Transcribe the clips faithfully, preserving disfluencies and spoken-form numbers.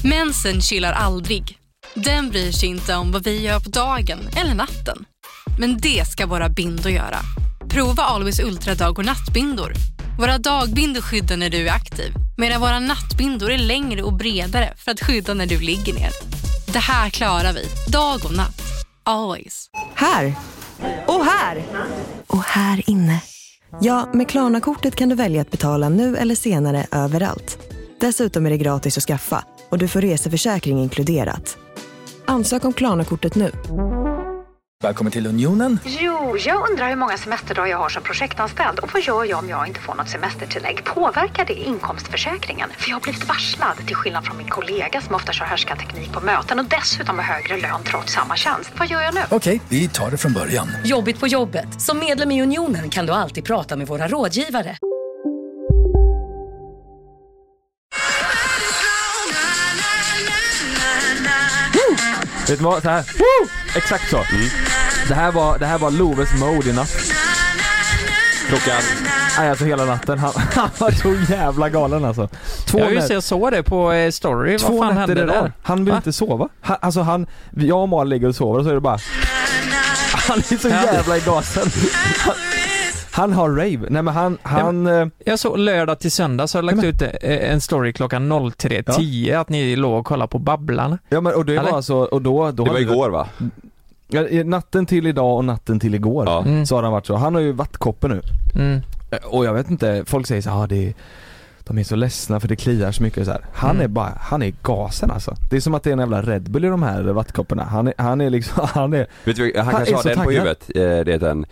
Mensen chillar aldrig. Den bryr sig inte om vad vi gör på dagen eller natten. Men det ska våra bindor göra. Prova Always Ultra dag- och nattbindor. Våra dagbindor skyddar när du är aktiv, medan våra nattbindor är längre och bredare för att skydda när du ligger ner. Det här klarar vi, dag och natt. Always. Här. Och här. Och här inne. Ja, med Klarna-kortet kan du välja att betala nu eller senare överallt. Dessutom är det gratis att skaffa och du får reseförsäkring inkluderat. Ansök om Klarna-kortet nu. Välkommen till Unionen. Jo, jag undrar hur många semesterdagar jag har som projektanställd. Och vad gör jag om jag inte får något semestertillägg? Påverkar det inkomstförsäkringen? För jag har blivit varslad, till skillnad från min kollega som ofta kör härskarteknik på möten och dessutom har högre lön trots samma tjänst. Vad gör jag nu? Okej, vi tar det från början. Jobbigt på jobbet. Som medlem i Unionen kan du alltid prata med våra rådgivare. Vet du vad? Så här. Woo! Exakt så. Mm. Det här var det här var Loves mode i natt. Klockan. Nej, alltså hela natten. Han, han var så jävla galen alltså. Två jag, just, jag såg det på eh, story. Två vad fan hände där? där? Han vill Va? inte sova. Han, alltså han, jag och Mal ligger och sover och så är det bara han är så jävla i gasen. Han, han har rave. Nej men han han jag, jag såg lördag till söndag så har jag lagt men, ut en story klockan tre tio ja. Att ni låg och kollade på Babblarna. Ja men och det var alltså och då då det var igår va? Ja, natten till idag och natten till igår ja. mm. Så har han varit så. Han har ju vattkoppor nu. Mm. Och jag vet inte, folk säger så här, ah, det de är så ledsna för det kliar så mycket så här. Han mm. är bara han är gasen alltså. Det är som att det är en jävla Red Bull i de här vattkopporna. Han är han är liksom han är vet du, han, han kanske har den taggad på huvudet. Det är den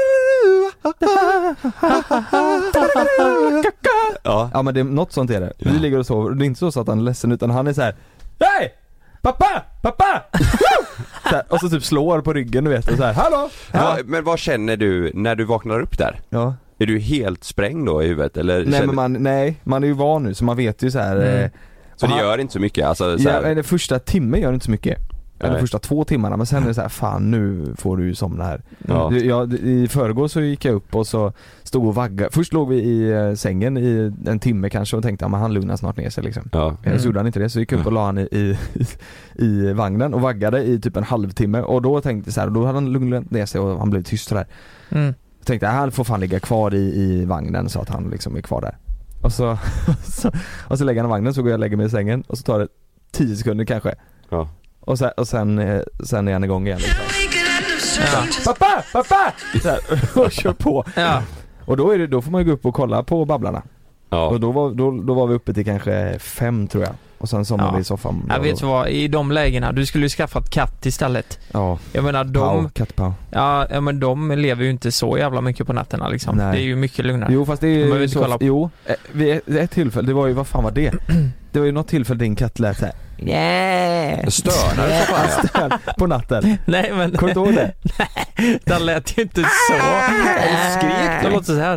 ja. ja men det är något sånt är det. Vi ja. ligger och sover. Det är inte så att han är ledsen utan han är så här: hej! Pappa! Pappa! så här, och så typ slår på ryggen du vet och så här: hallå! Ja, men vad känner du när du vaknar upp där? Ja. Är du helt sprängd då i huvudet eller nej känner... men man nej, man är ju van nu så man vet ju så här mm. eh, så det han, gör inte så mycket alltså så här... ja, det första timmen gör inte så mycket. Eller första två timmarna, men sen är det så här, fan nu får du ju somna här. Ja. Jag, i förrgår så gick jag upp och så stod och vagga. Först låg vi i sängen i en timme kanske och tänkte att han lugnar snart ner sig liksom. Ja. Mm. Så gjorde han inte det, så gick jag upp och la han i, i, i vagnen och vaggade i typ en halvtimme och då tänkte jag så här, och då hade han lugnat ner sig och han blev tyst där. Mm. Jag tänkte att han får fan ligga kvar i, i vagnen så att han liksom är kvar där. Och så, så, och så lägger han i vagnen så går jag och lägger mig i sängen och så tar det tio sekunder kanske. Ja. Och sen, och sen, sen är han igång igen liksom. Ja. Pappa! Pappa! Så här, och kör på. Ja. Och då, är det, då får man ju gå upp och kolla på Babblarna. Ja. Och då var, då, då var vi uppe till kanske fem tror jag. Och sen somnade ja. vi i soffan. Jag vet vad, i de lägena, du skulle ju skaffa ett katt istället. Ja. Jag menar, de... Kattpau. Ja, ja, men de lever ju inte så jävla mycket på nätterna liksom. Nej. Det är ju mycket lugnare. Jo, fast det är ju så... Kolla på... Jo, vid ett, ett tillfälle, det var ju, vad fan var det? Det var ju något tillfälle din katt lät så här. Nej. Störnar det så fan stör på natten. Nej men kommer du ihåg det? Nej, det lät ju inte så. Den skrek. Det låter så här.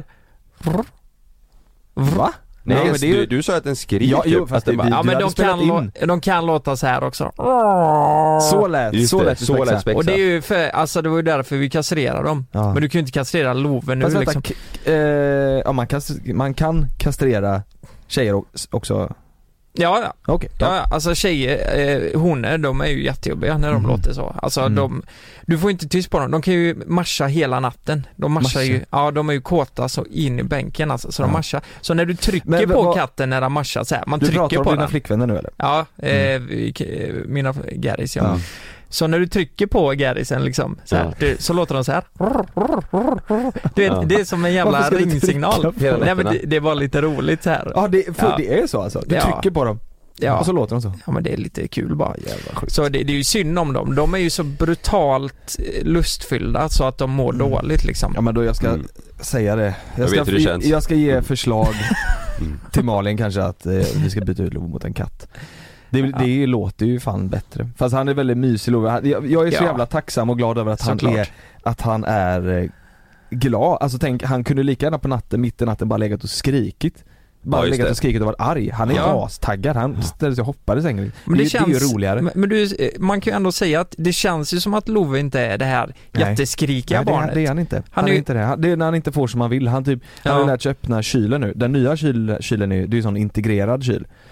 Va? Nej, ja, men det är ju... du, du sa att den skriker. Ja, jo, fast det, bara, ja men de kan, lå- de kan låta så här också. Så lät, så lät, så lät och det är ju för, alltså det var ju därför vi kastrerar dem. Ja. Men du kan ju inte kastrera loven nu fast liksom. Vänta, k- eh, ja, man, kast- man kan kastrera tjejer också. Ja, ja. Okay, ja. ja, alltså tjejer, eh, honor, de är ju jättejobbiga när de mm. låter så. Alltså mm. de, du får inte tyst på dem. De kan ju marscha hela natten. De marschar ju, ja de är ju kåta så in i bänken alltså, så ja. de marschar. Så när du trycker men, på vad, katten när de marschar så här, man du trycker på den. Du pratar om dina flickvänner nu eller? Ja, mm. eh, mina Garris ja. ja. Så när du trycker på Garrisen liksom så, här, ja. du, så låter de så här. Du vet, ja. det är som en jävla ringsignal. Nej, men det, det var lite roligt så här. Ja, det, för ja. det är så alltså. Du ja. trycker på dem. Ja. Och så låter de så. Ja, men det är lite kul bara. Så det, det är ju synd om dem. De är ju så brutalt lustfyllda så att de mår mm. dåligt liksom. Ja, men då jag ska mm. säga det. Jag ska, jag, det jag, jag ska ge förslag mm. till Malin kanske att eh, vi ska byta ut Lov mot en katt. Det, ja. det låter ju fan bättre. Fast han är väldigt mysig Love. Jag, jag är så ja. jävla tacksam och glad över att så han klart. är att han är eh, glad. Alltså tänk, han kunde lika gärna på natten, mitt i natten bara legat och skrikit. Bara ja, legat och skrikit och varit arg. Han är ja. astaggad. Han ställde sig och hoppade i sängen. Men det, det, känns, det är ju roligare. Men, men du, man kan ju ändå säga att det känns ju som att Love inte är det här Nej. jätteskrikiga Nej, barnet. Det, det är han inte. Han, han är ju inte det. Han, det är när han inte får som han vill. Han typ ja. han har lärt sig öppna kylen nu. Den nya kyl, kylen är ju, det är ju sån integrerad kyl.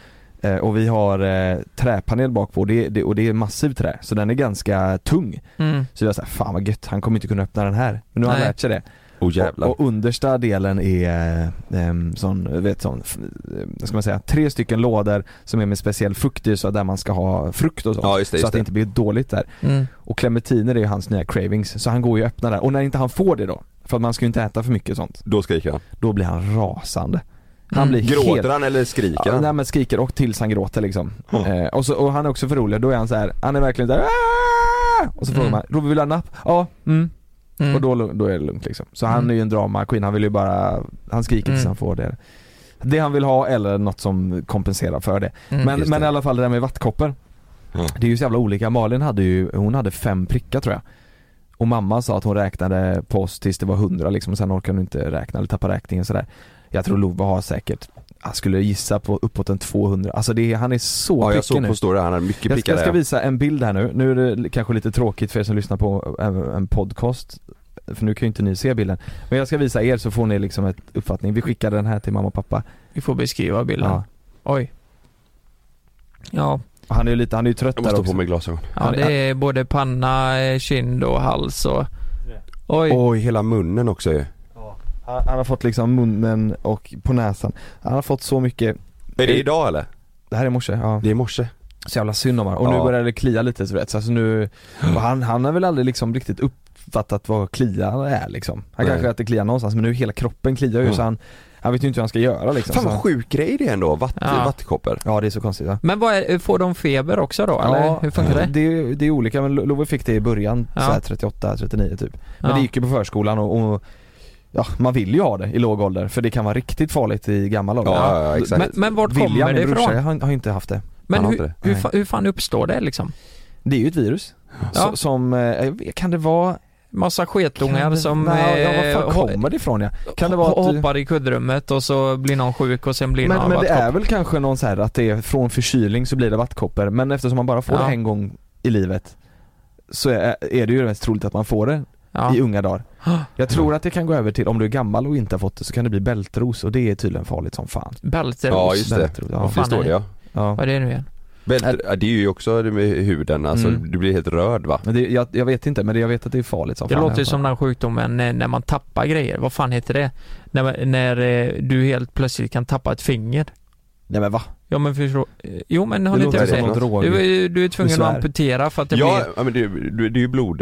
eh, och vi har eh, träpanel bak på det, det, och det är massivt trä, så den är ganska tung. Mm. Så jag säger, fan vad gött, han kommer inte kunna öppna den här. Men nu har han lärt sig det. Oh, jävlar. Och, och understa delen är eh, sån, vet sån, vad ska man säga, tre stycken lådor som är med speciell frukt i, så där man ska ha frukt och sånt. Ja, just det, just så att det inte blir dåligt där. Mm. Och clementiner är ju hans nya cravings, så han går ju och öppnar där. Och när inte han får det då, för att man ska ju inte äta för mycket sånt. Då skriker han. Då blir han rasande. Han blir Gråter helt... han eller skriker han? Ja, nej, men skriker och tills han gråter liksom. Oh. Eh, och, så, och han är också för rolig, då är han så här, han är verkligen så här. Aah! Och så frågar mm. man, då vill han napp? Ja, mm. Mm. Och då, då är det lugnt liksom. Så han mm. är ju en drama queen, han vill ju bara, han skriker tills mm. han får det. Det han vill ha eller något som kompenserar för det. Mm. Men, men i alla fall det där med vattkoppor. Mm. Det är ju så jävla olika. Malin hade ju, hon hade fem prickar tror jag. Och mamma sa att hon räknade på oss tills det var hundra liksom, och sen orkade hon inte räkna eller tappa räkningen sådär. Jag tror Love har säkert, jag skulle gissa på uppåt en tvåhundra. Alltså det är, han är så ja, prickig jag såg nu. På story, han har mycket prickar. Jag ska, jag ska visa en bild här nu. Nu är det kanske lite tråkigt för er som lyssnar på en, en podcast, för nu kan ju inte ni se bilden. Men jag ska visa er så får ni liksom ett uppfattning. Vi skickar den här till mamma och pappa. Vi får beskriva bilden. Ja. Oj. Ja. Han är ju lite, han är ju trött jag måste där också. på mig glasögon. Ja, det är både panna, kind och hals och... Oj. Oj, hela munnen också ju. Ja. Han, han har fått liksom munnen och på näsan. Han har fått så mycket... Är det idag eller? Det här är morse, ja. Det är morse. Så jävla synd om han. Och ja. Nu börjar det klia lite så vet. Så alltså nu... Och han, han har väl aldrig liksom riktigt uppfattat vad klia är liksom. Han kanske att det kliar någonstans, men nu hela kroppen kliar ju mm. så han... Han vet ju inte hur han ska göra liksom. Fan vad sjuk grej det är ändå, Vatt, ja. vattkoppor. Ja, det är så konstigt. Ja. Men vad är, får de feber också då? Eller ja, hur funkar det? Det är, det är olika, men Love fick det i början, ja. Så här trettioåtta trettionio typ. Men ja. Det gick ju på förskolan och, och ja, man vill ju ha det i låg ålder, för det kan vara riktigt farligt i gammal ålder. Ja, ja, exakt. Men, men vart kommer William, det ifrån? Brorsa, har, har inte haft det. Men hur, det. Hur, hur fan uppstår det liksom? Det är ju ett virus. Ja. Så, som, kan det vara... Massa sketungar det, som nej, ja, vad fan kommer det ifrån ja? Kan det vara att hoppar i kuddrummet och så blir någon sjuk och sen blir men, någon men det är väl kanske någon så här att det är från förkylning så blir det vattkoppor, men eftersom man bara får ja. det en gång i livet så är, är det ju mest troligt att man får det ja. i unga dagar. Jag tror ja. att det kan gå över till, om du är gammal och inte har fått det, så kan det bli bältros, och det är tydligen farligt som fan. Bältros? Ja, just det. Bältros, ja. Det står det ja. ja. Vad är det nu igen? Bält, det är ju också det med huden, alltså mm. du blir helt röd va? Men det, jag, jag vet inte, men det, jag vet att det är farligt som det fan. Det låter ju som den sjukdomen när, när man tappar grejer, vad fan heter det? När, när du helt plötsligt kan tappa ett finger. Nej men va? Ja men förstå, jo men har ni inte sett du, du är tvungen att amputera för att det ja, blir... Ja men det, det, det är ju blod,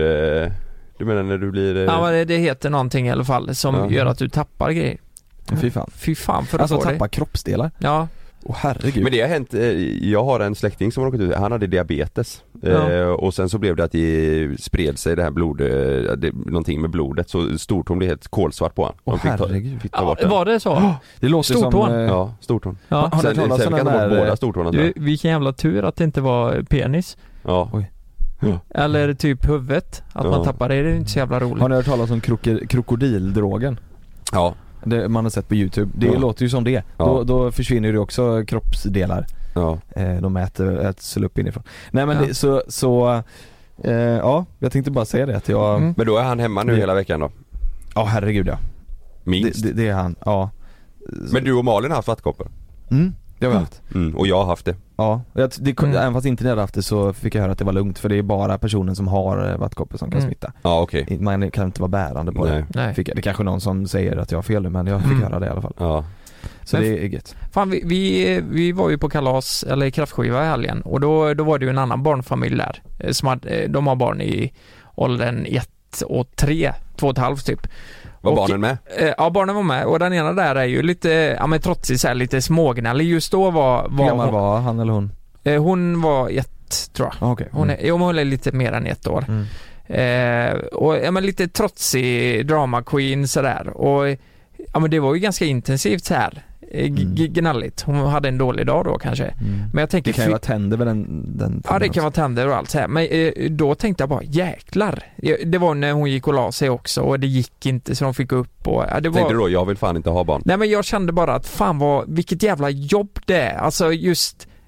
du menar när du blir... Ja men det, det heter någonting i alla fall som ja. gör att du tappar grejer. Fy fan. Fy fan för alltså att tappa det. kroppsdelar. Ja. Åh herregud. Men det har hänt, jag har en släkting som har råkat ut, han hade diabetes ja. eh, och sen så blev det att det spred sig det här blod, det, någonting med blodet, så stortån blev helt kolsvart på han. Åh herregud. Fick ta, fick ta ja, var det så? Oh, det låter stortån. Som, eh, ja, stortån. Ja. Sen, sen, sen, sen kan de bort båda stortånen. Du, vilken jävla tur att det inte var penis. Ja. Oj. Ja. Eller typ huvudet, att ja. man tappar det, det är inte så jävla roligt. Har ni hört talas om krok- krokodildrogen? Ja. Det man har sett på YouTube. Det ja. låter ju som det. Ja. Då, då försvinner det också kroppsdelar. Ja. Eh, de äter, äter upp inifrån. Nej men ja. det, så, så eh, ja, jag tänkte bara säga det att jag... Mm. Men då är han hemma nu det, hela veckan då? Ja, herregud ja. Minst? Det, det, det är han, ja. Men du och Malin har haft vattkoppor? Mm, det har vi haft. Mm, och jag har haft det. Ja, det, mm. även fast inte ni hade haft det så fick jag höra att det var lugnt, för det är bara personen som har vattkoppor som kan mm. smitta. Ja, okej. Okay. Man kan inte vara bärande på Nej. det. Nej. Fick jag, det är kanske någon som säger att jag har fel, men jag fick mm. höra det i alla fall. Ja. Så men, det är gött. Fan, vi, vi, vi var ju på kalas, eller kraftskiva i helgen, och då, då var det ju en annan barnfamilj där. Som hade, de har barn i åldern ett och tre, två och ett halvt typ. Var och, barnen med? Eh, ja, barnen var med. Och den ena där är ju lite, ja men trotsig så här, lite smågnällig. Just då var... var Hur gammal hon, var han eller hon? Eh, hon var ett, tror jag. Okay. Mm. Hon, är, hon är lite mer än ett år. Mm. Eh, och ja men lite trotsig drama queen sådär. Och ja men det var ju ganska intensivt så här. Mm. Gnälligt. Hon hade en dålig dag då kanske. Mm. Men jag tänker, det kan ju vara tänder med den, den ja det kan vara tänder och allt så här. Men eh, då tänkte jag bara jäklar. Det var när hon gick och la sig också och det gick inte så de fick upp och ja, det var... Tänkte du då, jag vill fan inte ha barn. Nej men jag kände bara att fan vad, vilket jävla jobb det är. Alltså just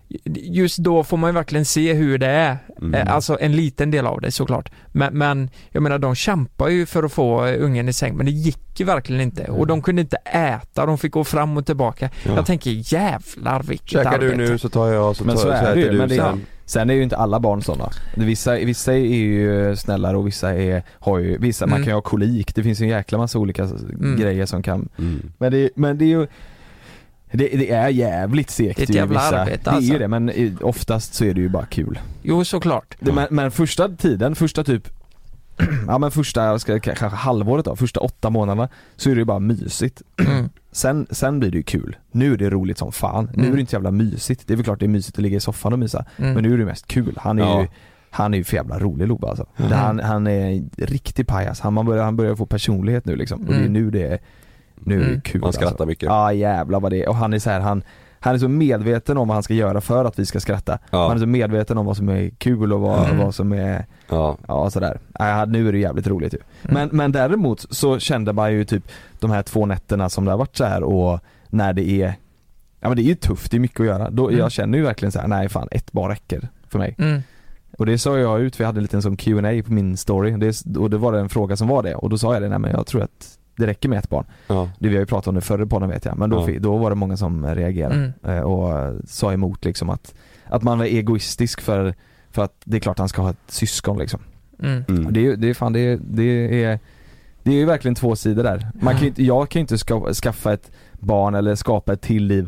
just då får man ju verkligen se hur det är. Mm. Alltså en liten del av det såklart. Men, men jag menar, de kämpar ju för att få ungen i säng, men det gick ju verkligen inte. Mm. Och de kunde inte äta, de fick gå fram och tillbaka. Ja. Jag tänker, jävlar vilket Käkar arbete. du nu så tar jag så men tar, så, så är det ju, du men det, sen. Sen är ju inte alla barn sådana. Vissa, vissa är ju snällare och vissa är, har ju, vissa, mm. man kan ju ha kolik. Det finns ju en jäkla massa olika mm. grejer som kan, mm. men, det, men det är ju Det, det är jävligt segt. Det är ett jävla vissa, arbete alltså. Det är ju det, men oftast så är det ju bara kul. Jo, såklart. Det, men, men första tiden, första typ ja men första, ska, kanske halvåret då, första åtta månaderna så är det ju bara mysigt. Mm. Sen, sen blir det ju kul. Nu är det roligt som fan. Nu mm. är det inte så jävla mysigt. Det är väl klart det är mysigt att ligga i soffan och mysa. Mm. Men nu är det mest kul. Han är ja. ju Han är ju för jävla rolig Lobbe alltså. Mm. Han, han är en riktig pajas. Han, man börjar, han börjar få personlighet nu liksom. Och det är nu det är Nu är det mm. kul. Man skrattar alltså. mycket. Ja jävlar vad det är. Och han är så här, han, han är så medveten om vad han ska göra för att vi ska skratta. Ja. Han är så medveten om vad som är kul och vad, mm. vad som är ja, ja sådär. Ja, nu är det jävligt roligt ju. Mm. Men, men däremot så kände man ju typ de här två nätterna som det har varit så här, och när det är ja men det är ju tufft, det är mycket att göra. Då, mm. Jag känner ju verkligen så här, nej fan, ett bara räcker för mig. Mm. Och det sa jag ut, vi hade en liten sån Q and A på min story. Det, och det var det en fråga som var det. Och då sa jag det, nej men jag tror att det räcker med ett barn. Ja. Det vi har ju pratat om det förra podden vet jag. Men då, ja. då var det många som reagerade mm. och sa emot liksom att, att man var egoistisk för, för att det är klart att han ska ha ett syskon liksom. Mm. Mm. Och det, är, det är fan, det är, det är det är ju verkligen två sidor där. Man kan ju inte, jag kan ju inte ska, skaffa ett barn eller skapa ett till liv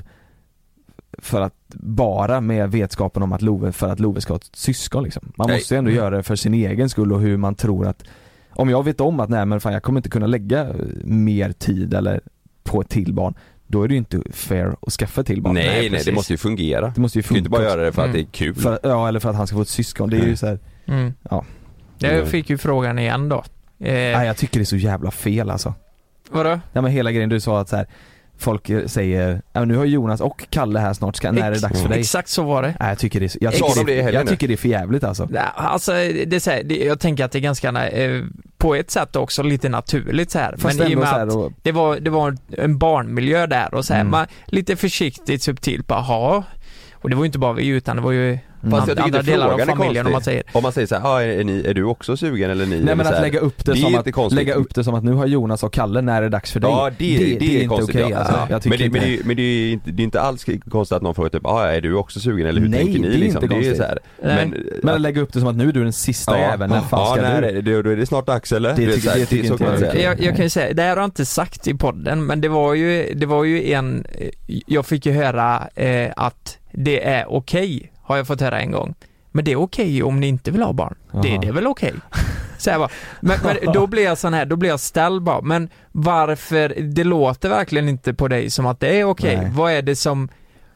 för att bara med vetskapen om att Love, för att Love ska ha ett syskon liksom. Man måste ju ändå mm. göra det för sin egen skull och hur man tror att om jag vet om att nej men fan jag kommer inte kunna lägga mer tid eller på ett till barn, då är det ju inte fair att skaffa ett till barn. Nej, nej, nej det måste ju fungera. Det måste ju funka. Du kan inte bara göra det för mm. att det är kul. För, ja, eller för att han ska få ett syskon. Det är mm. ju så här, mm. ja. Jag fick ju frågan igen då. Eh... Nej, jag tycker det är så jävla fel alltså. Vadå? Ja men hela grejen du sa att så här, folk säger, ja nu har Jonas och Kalle här snart, ska, när är det dags för dig? Exakt så var det. Nej, jag tycker det är, jag tycker det, det jag tycker det är för jävligt alltså. Ja, alltså det är så här, det, jag tänker att det är ganska eh, på ett sätt också lite naturligt så här. Fast men i och med att och... det var det var en barnmiljö där och så här, mm. man lite försiktigt subtilt bara ha. Och det var ju inte bara vi utan det var ju Fast andra, andra delar av familjen om man säger. Om man säger så här, ah, är, ni, är du också sugen eller ni? Nej men att här, lägga upp det, det som att lägga upp det som att nu har Jonas och Kalle när det är dags för dig. Ja, det, det, det, det är, är inte okej okay, alltså. Ja. Men, det, men, det, men det är inte det är inte alls konstigt att någon frågar typ, ah, är du också sugen eller hur Nej, tänker ni det är liksom? Inte det är så här. Men men att lägga upp det som att nu är du den sista ja, jäveln. När fan ja, ska nej, du? Det, då är det snart dags eller? Det tycker, det tycker inte jag. Jag, jag, jag kan ju säga, det här har jag inte sagt i podden, men det var ju det var ju en jag fick ju höra eh, att det är okej, okay, har jag fått höra en gång. Men det är okej okay om ni inte vill ha barn. Aha. Det, det är väl okej. Okay. Så jag bara, men, men då blir jag sån här, då blir jag ställd bara. Men varför, det låter verkligen inte på dig som att det är okej. Okay. Vad är det som,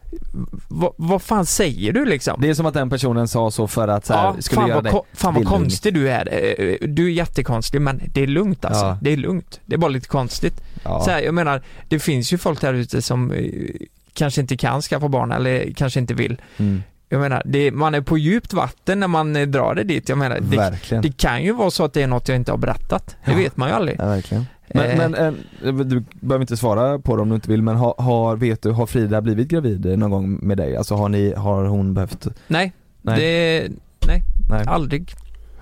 vad, vad fan säger du liksom? Det är som att den personen sa så för att så här, ja, skulle fan göra vad, det. Ko- fan vad konstig du är. Du är jättekonstig, men det är lugnt alltså. Ja. Det är lugnt. Det är bara lite konstigt. Ja. Så här, jag menar, det finns ju folk där ute som kanske inte kan skaffa barn eller kanske inte vill. Mm. Jag menar, det, man är på djupt vatten när man drar det dit. Jag menar, det, det kan ju vara så att det är något jag inte har berättat. Det ja. vet man ju aldrig. Ja, verkligen. Men, eh. men en, du behöver inte svara på det om du inte vill, men har, har, vet du, har Frida blivit gravid någon gång med dig? Alltså har, ni, har hon behövt? Nej, nej. Det, nej, nej. aldrig.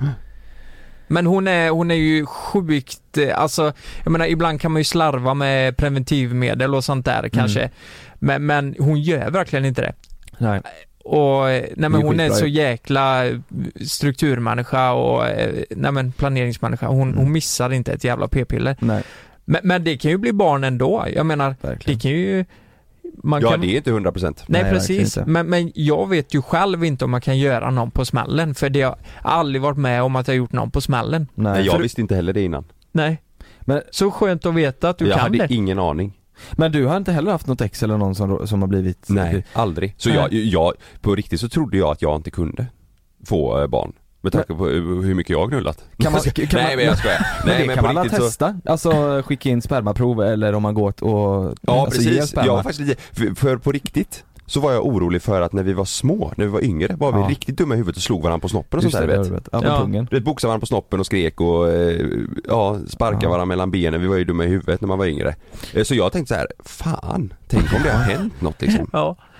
Men hon är, hon är ju sjukt, alltså jag menar ibland kan man ju slarva med preventivmedel och sånt där kanske. Mm. Men, men hon gör verkligen inte det. Nej. Och nej men är hon är så jäkla strukturmänniska och nej men planeringsmänniska. Hon, mm. hon missar inte ett jävla p-piller. Nej. Men, men det kan ju bli barn ändå. Jag menar, verkligen. Det kan ju man Ja, kan... det är inte hundra procent. Nej, nej precis. Men, men jag vet ju själv inte om man kan göra någon på smällen. För det har aldrig varit med om att jag gjort någon på smällen. Nej, nej jag för... visste inte heller det innan. Nej. Men... Så skönt att veta att du jag kan det. Jag hade ingen aning. Men du har inte heller haft något ex eller någon som, som har blivit... Nej, aldrig. Så jag, jag, på riktigt så trodde jag att jag inte kunde få barn. Med tanke på hur mycket jag har knullat. Kan man, kan Nej men jag skojar. Nej, men men kan man alla så... testa? Alltså skicka in spermaprov eller om man går och... Ja alltså, precis, jag var faktiskt lite, för, för på riktigt så var jag orolig för att när vi var små, när vi var yngre, var vi ja. riktigt dumma i huvudet och slog varandra på snoppen och sånt där, vet. vet. Ja, ja. Du vet, boxade varandra på snoppen och skrek och ja, sparkade ja. varandra mellan benen. Vi var ju dumma i huvudet när man var yngre. Så jag tänkte så här, fan, tänk om det har hänt något liksom. Ja.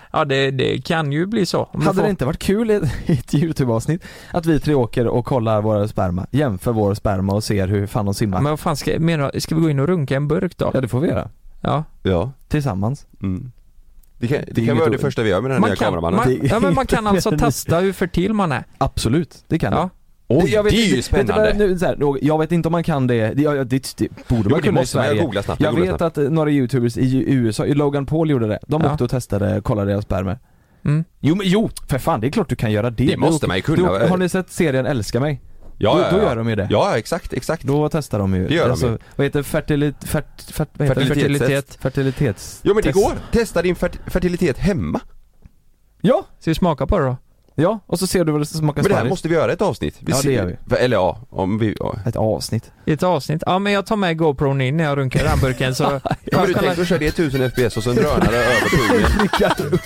Ja, det, det kan ju bli så. Hade får... det inte varit kul i ett YouTube-avsnitt att vi tre åker och kollar våra sperma, jämför vår sperma och ser hur fan de simmar? Men vad fan ska, menar, ska vi gå in och runka en burk då? Ja, det får vi göra. Ja. Ja. Tillsammans. Mm. Det kan, det kan vara det första vi gör med den här nya kameramannen. Man, ja, men man kan alltså testa hur fertil man är. Absolut, det kan ja. Oj, jag vet, det är ju spännande. Vet du, nu, så här, jag vet inte om man kan det. Det, det, det, det borde man kunna i Sverige. Jag, snabbt, jag vet snabbt. Att några YouTubers i U S A, Logan Paul gjorde det. De ja. åkte och testade, kollade deras spermer. Mm. Jo, men jo, för fan, det är klart du kan göra det. Det måste man ju kunna. Du, har ni sett serien Älska mig? Ja, då, ja, ja. då gör de ju det. Ja, exakt, exakt. Då testar de ju. Det gör alltså, de ju. Vad heter fertilit, fert, fert, vad heter fertilitet? Fertilitets. Jo, men det går. Testa din fert, fertilitet hemma. Ja. Ska vi smaka på det då? Ja, och så ser du vad det smakar. Men det här måste vi göra ett avsnitt. Vi ja, ser, det gör vi. Eller ja, om vi... Ja. Ett avsnitt. Ett avsnitt? Ja, men jag tar med GoPron in när jag runkar den burken så... ja, men du tänkte att köra det tusen F P S och så en drönare över pungen.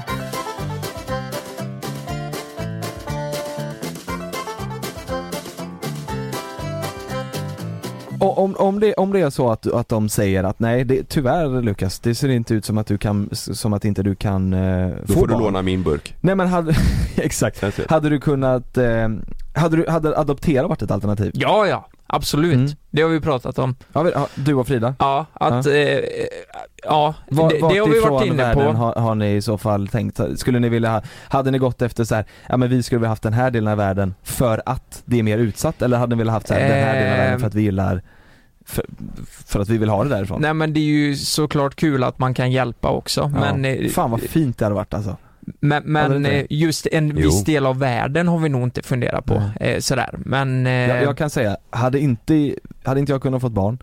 Om, om, det, om det är så att, att de säger att nej, det, tyvärr Lukas, det ser inte ut som att du kan, som att inte du kan eh, Då få får du barn. låna min burk. Nej, men hade, exakt, hade du kunnat eh, hade du, hade adoptera varit ett alternativ? Ja, ja, absolut. Mm. Det har vi pratat om. Ja, du och Frida? Ja, att ja, eh, ja var, det, det har vi varit inne på. Har, har ni i så fall tänkt, skulle ni vilja ha, hade ni gått efter så här, ja men vi skulle vilja haft den här delen av världen för att det är mer utsatt, eller hade ni velat haft så här, eh, den här delen av världen för att vi gillar För, för att vi vill ha det därifrån? Nej, men det är ju såklart kul att man kan hjälpa också. Ja. Men, fan vad fint det hade varit alltså. Men, men just en jo. viss del av världen har vi nog inte funderat på. Eh, sådär. Men, eh... jag, jag kan säga, hade inte, hade inte jag kunnat fått barn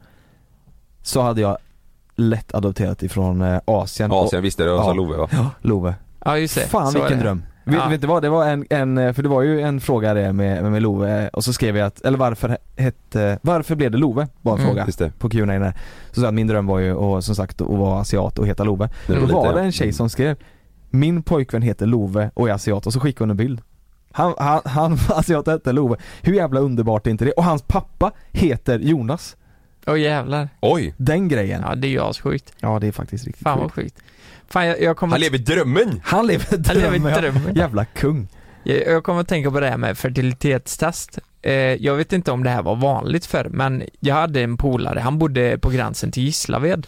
så hade jag lätt adopterat ifrån eh, Asien. Asien, visste det, och så ja. Love va? Ja, Love. Ja, just det. Fan så vilken dröm. Ja. Vet, vet du vad, det var en, en, för det var ju en fråga det med, med Love, och så skrev jag att, eller varför hette, varför blev det Love? Var en mm, fråga på Q and A där. Så sa att min dröm var ju, och som sagt, att vara asiat och heta Love. Då var, var det en tjej som skrev, min pojkvän heter Love och är asiat, och så skickade hon en bild. Han, han, han asiat heter Love. Hur jävla underbart är inte det? Och hans pappa heter Jonas. Åh oh, jävlar. Oj. Den grejen. Ja, det är ju assjukt. Ja, det är faktiskt riktigt Fan vad sjukt. Fan, jag, jag kommer Han lever drömmen. Han lever drömmen. Han lever drömmen. Jävla kung. Jag, jag kommer att tänka på det här med fertilitetstest. Eh, jag vet inte om det här var vanligt förr, men jag hade en polare. Han bodde på gränsen till Gislaved.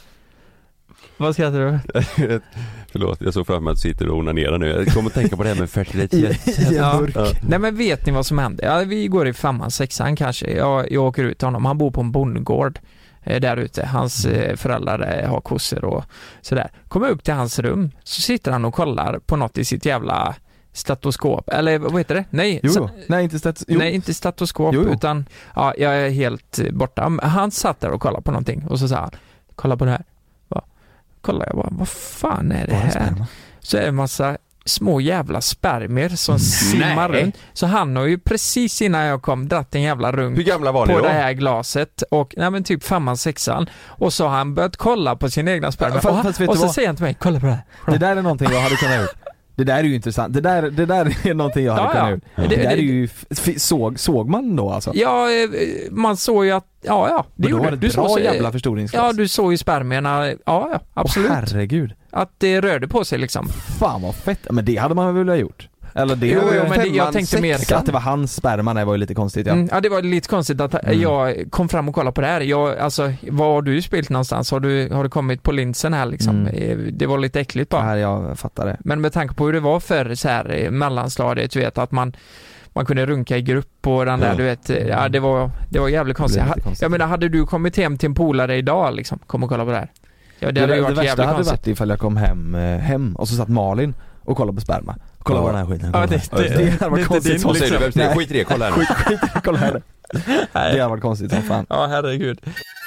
Vad skrattar du? Förlåt, jag såg fram emot att du sitter och onanerar nu. Jag kommer att tänka på det här med fertilitet. ja. Ja. Nej, men vet ni vad som hände? Ja, vi går i femman, sexan kanske. Jag, jag åker ut till honom. Han bor på en bondgård eh, där ute. Hans eh, föräldrar eh, har kossor och sådär. Kommer upp till hans rum, så sitter han och kollar på något i sitt jävla stetoskop. Eller vad heter det? Nej, jo, jo. Nej, inte stet- jo. Nej, inte stetoskop, jo, jo. utan ja, jag är helt borta. Han satt där och kollade på någonting och så sa han, kolla på det här. Kolla, jag bara, vad fan är det här? Så är det en massa små jävla spermier som mm. simmar runt. Så han har ju precis innan jag kom dratt en jävla runk. Hur gamla var ni på då? Det här glaset. Och nej, men typ femman, sexan. Och så har han börjat kolla på sina egna spermier. Ja, och, och så säger han till mig, kolla på det här. Kolla. Det där är någonting jag hade kunnat gjort. Det där är ju intressant. Det där, det där är någonting jag hade ja, kunnat ja. gjort. Det, det där är ju, såg, såg man då alltså? Ja, man såg ju att, ja ja, det men gjorde det. Du såg jävla förstoringsglas. Ja, du såg ju spermierna, ja ja, absolut. Åh, herregud. Att det rörde på sig liksom. Fan vad fett, men det hade man väl ha gjort. Eller det jo, var jo, men det, jag tänkte mer att det var hans sperma, det var ju lite konstigt ja. Mm, ja, det var lite konstigt att mm. jag kom fram och kollade på det här. Jag, alltså, var har du spelat någonstans? Har du, har du kommit på linsen här liksom? Mm. Det var lite äckligt bara. Ja, jag fattar det. Men med tanke på hur det var för så här mellanstadiet, du vet att man man kunde runka i grupp och den där, ja. Du vet, ja, det var det var jävligt konstigt. Jag, konstigt. Jag menar, hade du kommit hem till en polare idag liksom, kom och kolla på det här? Ja, det, det hade ju varit det jävligt hade konstigt. Varit ifall jag kom hem, hem och så satt Malin och kollade på sperma. Kolla ja. På den här skiten. Ja, det, det, det, det hade varit konstigt. Vad säger du? Vem skit i det, kolla här. Skit, skit, kolla här. Det hade varit konstigt som fan. Ja, herregud.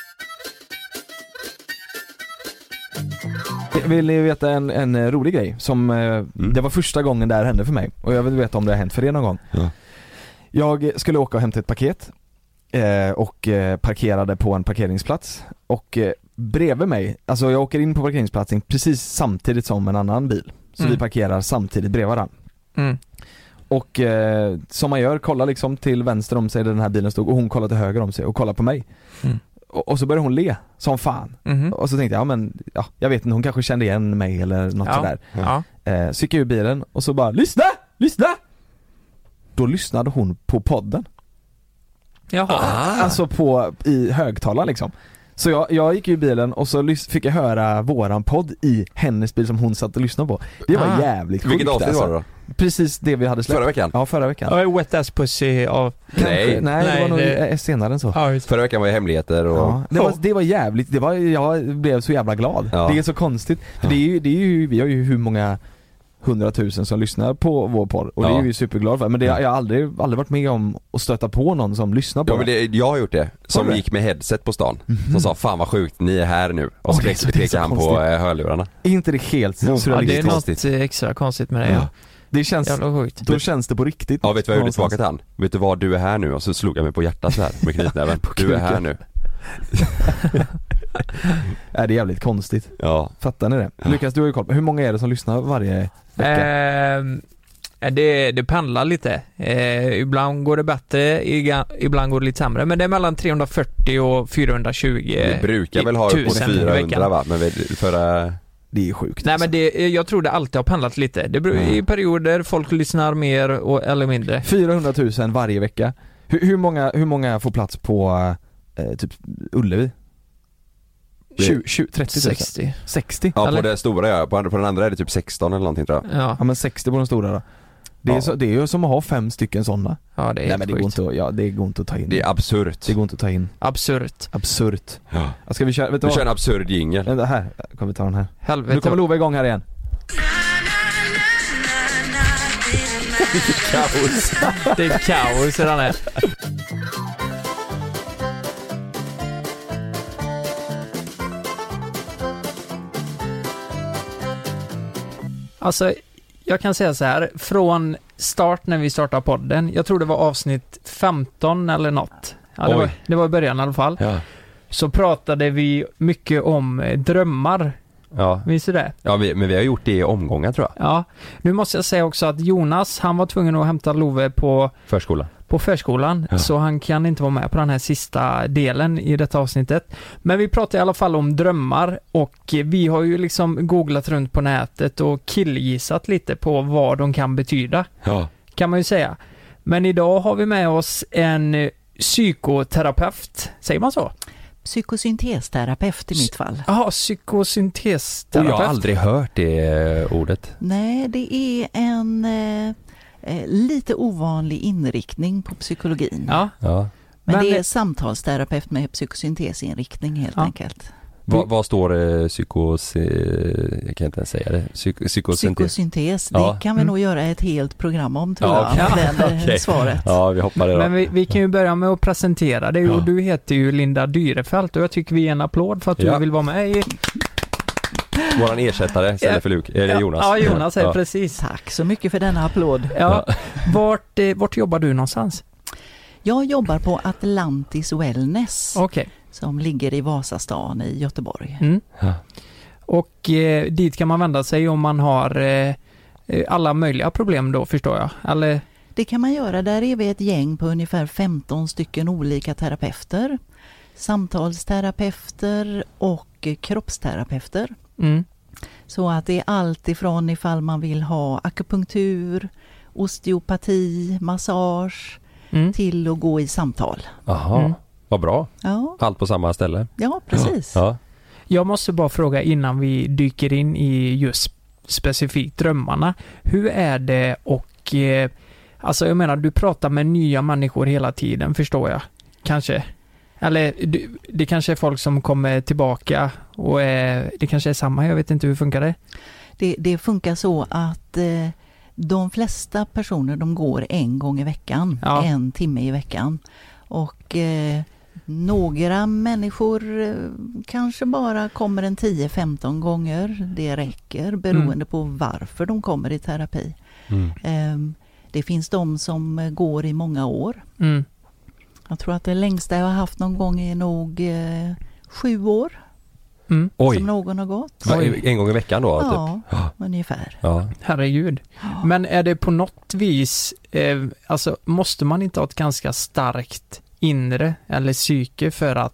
Vill ni veta en, en rolig grej som mm. det var första gången det här hände för mig, och jag vill veta om det har hänt för er någon gång. Ja. Jag skulle åka och hämta ett paket eh, och eh, parkerade på en parkeringsplats, och eh, bredvid mig, alltså jag åker in på parkeringsplatsen precis samtidigt som en annan bil, så mm. vi parkerar samtidigt bredvid varandra. Mm. Och eh, som man gör, kollar liksom till vänster om sig där den här bilen stod, och hon kollar till höger om sig och kollar på mig. Mm. och, och så började hon le som fan. Mm-hmm. Och så tänkte jag, ja men ja, jag vet inte, hon kanske kände igen mig eller något ja. sådär. Ja. Eh, så gick jag ur bilen och så bara, lyssna! Lyssna! Då lyssnade hon på podden. Jaha. Ah. Alltså på, i högtalare liksom. Så jag, jag gick i bilen och så lys- fick jag höra våran podd i hennes bil som hon satt och lyssnade på. Det var ah. jävligt sjukt. Vilket avsnitt alltså. var det då? Precis det vi hade släppt. Förra veckan? Ja, förra veckan. Ja, Wet Ass Pussy av... Nej, nej, nej, det var nog det... senare än så. Ja, förra veckan var det hemligheter och... Ja, det, var, det var jävligt, det var, jag blev så jävla glad. Ja. Det är så konstigt. För det är ju, det är ju, vi har ju hur många hundratusen som lyssnar på vår podd. Och ja. det är ju superglad för. Men det, jag har aldrig, aldrig varit med om att stöta på någon som lyssnar på ja, men det. Jag har gjort det. Som det? gick med headset på stan. Mm-hmm. Som sa, fan vad sjukt, ni är här nu. Och så Oh, oh, pekade han konstigt. på eh, hörlurarna. Är inte det helt Ja, surrealistiskt? det är något extra konstigt med det. Ja. Det känns, jävla sjukt. då känns det på riktigt. Ja, vet du vad jag gjorde någonstans. tillbaka till han? Vet du vad, du är här nu. Och så slog jag mig på hjärtat så här med knytnäven. Du är här nu. Ja, det är jävligt konstigt. Ja. Fattar ni det? Ja. Lukas, du har ju koll på hur många är det som lyssnar varje vecka? Eh, det, det pendlar lite. Eh, ibland går det bättre, ibland går det lite sämre. Men det är mellan trehundrafyrtio och fyrahundratjugo Vi brukar väl ha upp på fyrahundra va? Men förra... Det är sjukt. Nej, men det, jag tror det alltid har pendlat lite. Det beror, Mm. i perioder folk lyssnar mer och, eller mindre. fyrahundratusen varje vecka. Hur, hur, många, hur många får plats på eh, typ Ullevi? tjugo, tjugo, trettio tusen? sextio. sextio? Ja, eller? på det stora ja. På, på den andra är det typ sexton eller någonting tror jag. Ja, Ja, men sextio på de stora då. Det är, Ja. så, det är ju som att ha fem stycken sådana. ja det är Nej, helt men det går, sjukt. inte att, ja, det går inte att ta in. Det är absurt. Det går inte att ta in. Absurt. Absurt. Ja. Ja, ska vi köra, vet du Vi vad? kör en absurd jingle. Vänta, här. Kommer vi ta den här. Helvete. Nu kommer Lova igång här igen. Kaos. Det är kaos redan här. Alltså, jag kan säga så här. Från start när vi startade podden, jag tror det var avsnitt femton eller något. Ja, det, Oj. var, det var i början i alla fall. Ja. Så pratade vi mycket om eh, drömmar. Ja. Minns du det? Ja, vi, men vi har gjort det i omgångar tror jag. Ja. Nu måste jag säga också att Jonas, han var tvungen att hämta Love på Förskola. på förskolan, Ja. så han kan inte vara med på den här sista delen i detta avsnittet. Men vi pratar i alla fall om drömmar, och vi har ju liksom googlat runt på nätet och killgissat lite på vad de kan betyda, Ja. kan man ju säga. Men idag har vi med oss en psykoterapeut, säger man så? Psykosyntesterapeut i mitt fall. Jaha, Och psykosyntesterapeut. jag har aldrig hört det ordet. Nej, det är en eh, eh, lite ovanlig inriktning på psykologin. Ja, Ja. Men, men det är det- psykosyntesterapeut med psykosyntesinriktning helt Ja. enkelt. Vad, vad står det psykos... eh, Jag kan inte ens säga det. Psyk, psykosyntes. Psykosyntes, det Ja. kan vi Mm. nog göra ett helt program om tror Ja, jag. okej. Den, eh, Okej. svaret. Ja, vi hoppar det då. men vi, vi kan ju börja med att presentera dig, och Ja. du heter ju Linda Dyrefelt, och jag tycker vi ger en applåd för att Ja. du vill vara med i... Våran ersättare istället för Luke. Är det Jonas? Ja, Jonas är Ja. precis. Tack så mycket för denna applåd. Ja. Vart, eh, vart jobbar du någonstans? Jag jobbar på Atlantis Wellness Okej. som ligger i Vasastan i Göteborg. Mm. Ja. Och eh, dit kan man vända sig om man har eh, eh, alla möjliga problem då, förstår jag. Eller, Det kan man göra. Där är vi ett gäng på ungefär femton stycken olika terapeuter. Samtalsterapeuter och kroppsterapeuter. mm. Så att det är allt ifrån ifall man vill ha akupunktur, osteopati, massage Mm. till att gå i samtal. Jaha, Mm. vad bra. Ja, Allt på samma ställe. ja precis. Ja. Jag måste bara fråga innan vi dyker in i just specifikt drömmarna. Hur är det, och eh, alltså jag menar, du pratar med nya människor hela tiden, förstår jag. Kanske. Eller du, det kanske är folk som kommer tillbaka och eh, det kanske är samma, jag vet inte hur funkar det? Det, det funkar så att eh, de flesta personer de går en gång i veckan, Ja. en timme i veckan. Och eh, några människor eh, kanske bara kommer en tio femton gånger. Det räcker beroende Mm. på varför de kommer i terapi. Mm. Eh, det finns de som eh, går i många år. Mm. Jag tror att det längsta jag har haft någon gång är nog eh, sju år Mm. Oj, som någon har gått. Va, en gång i veckan då? Typ. Ja, Ja. ungefär. Ja. Herregud. Men är det på något vis, eh, alltså måste man inte ha ett ganska starkt inre eller psyke för att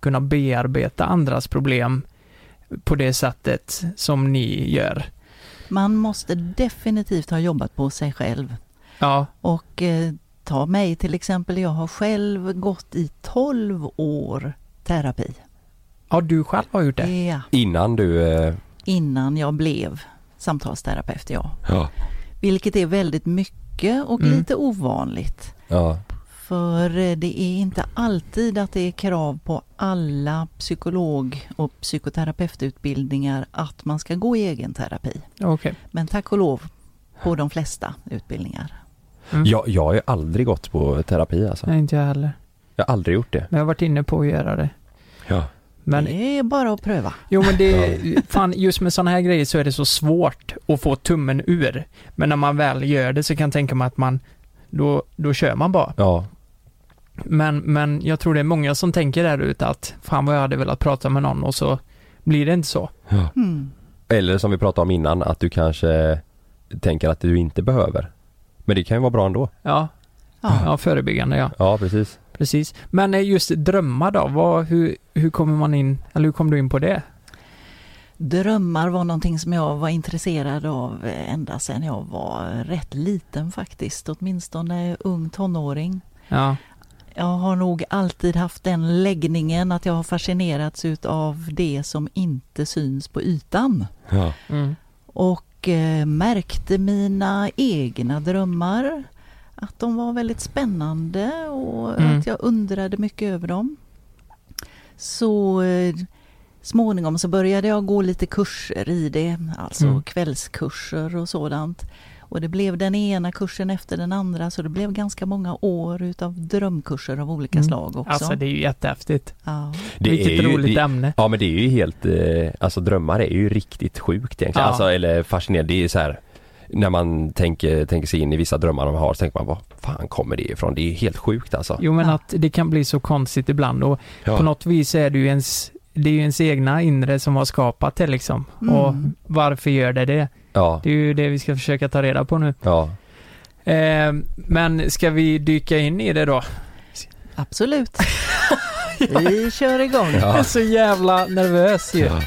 kunna bearbeta andras problem på det sättet som ni gör? Man måste definitivt ha jobbat på sig själv. Ja. Och eh, ta mig till exempel, jag har själv gått i tolv år terapi. Ja, du själv har gjort det? Ja. Innan du... Eh... Innan jag blev samtalsterapeut, ja. ja. Vilket är väldigt mycket och Mm. lite ovanligt. Ja. För det är inte alltid att det är krav på alla psykolog- och psykoterapeututbildningar att man ska gå i egen terapi. Okay. Men tack och lov på de flesta utbildningar. Mm. Jag, jag har ju aldrig gått på terapi alltså. Nej, inte jag heller. Jag har aldrig gjort det. Men jag har varit inne på att göra det. Ja. Men, det är bara att pröva. Jo, men det fan, just med sådana här grejer så är det så svårt att få tummen ur. Men när man väl gör det så kan jag tänka mig att man då, då kör man bara. Ja. Men, men jag tror det är många som tänker där ute att fan vad jag hade velat prata med någon och så blir det inte så. Ja. Mm. Eller som vi pratade om innan, att du kanske tänker att du inte behöver. Men det kan ju vara bra ändå. Ja, ja. ja förebyggande ja. Ja, precis. Precis. Men just drömmar då, vad, hur, hur kommer man in, eller hur kom du in på det? Drömmar var någonting som jag var intresserad av ända sedan jag var rätt liten faktiskt. Åtminstone ung tonåring. Ja. Jag har nog alltid haft den läggningen att jag har fascinerats av det som inte syns på ytan. Ja. Mm. Och eh, märkte mina egna drömmar, att de var väldigt spännande och Mm. att jag undrade mycket över dem. Så eh, småningom så började jag gå lite kurser i det, alltså Mm. kvällskurser och sådant. Och det blev den ena kursen efter den andra, så det blev ganska många år utav drömkurser av olika Mm. slag också. Alltså det är ju jättehäftigt. Ja. Det Vilket är ju, roligt det, ämne. Ja, men det är ju helt, eh, alltså drömmar är ju riktigt sjukt egentligen. Ja. Alltså, eller fascinerande, det är så här, när man tänker, tänker sig in i vissa drömmar de har, så tänker man, vad fan kommer det ifrån? Det är helt sjukt alltså. Jo, men Ja. att det kan bli så konstigt ibland och Ja. på något vis är det ju ens, det är ju ens egna inre som har skapat det liksom. Mm. Och varför gör det det? Ja, Det är ju det vi ska försöka ta reda på nu. ja. Eh, men ska vi dyka in i det då? Absolut. Vi kör igång. Jag är så jävla nervös ju. Ja.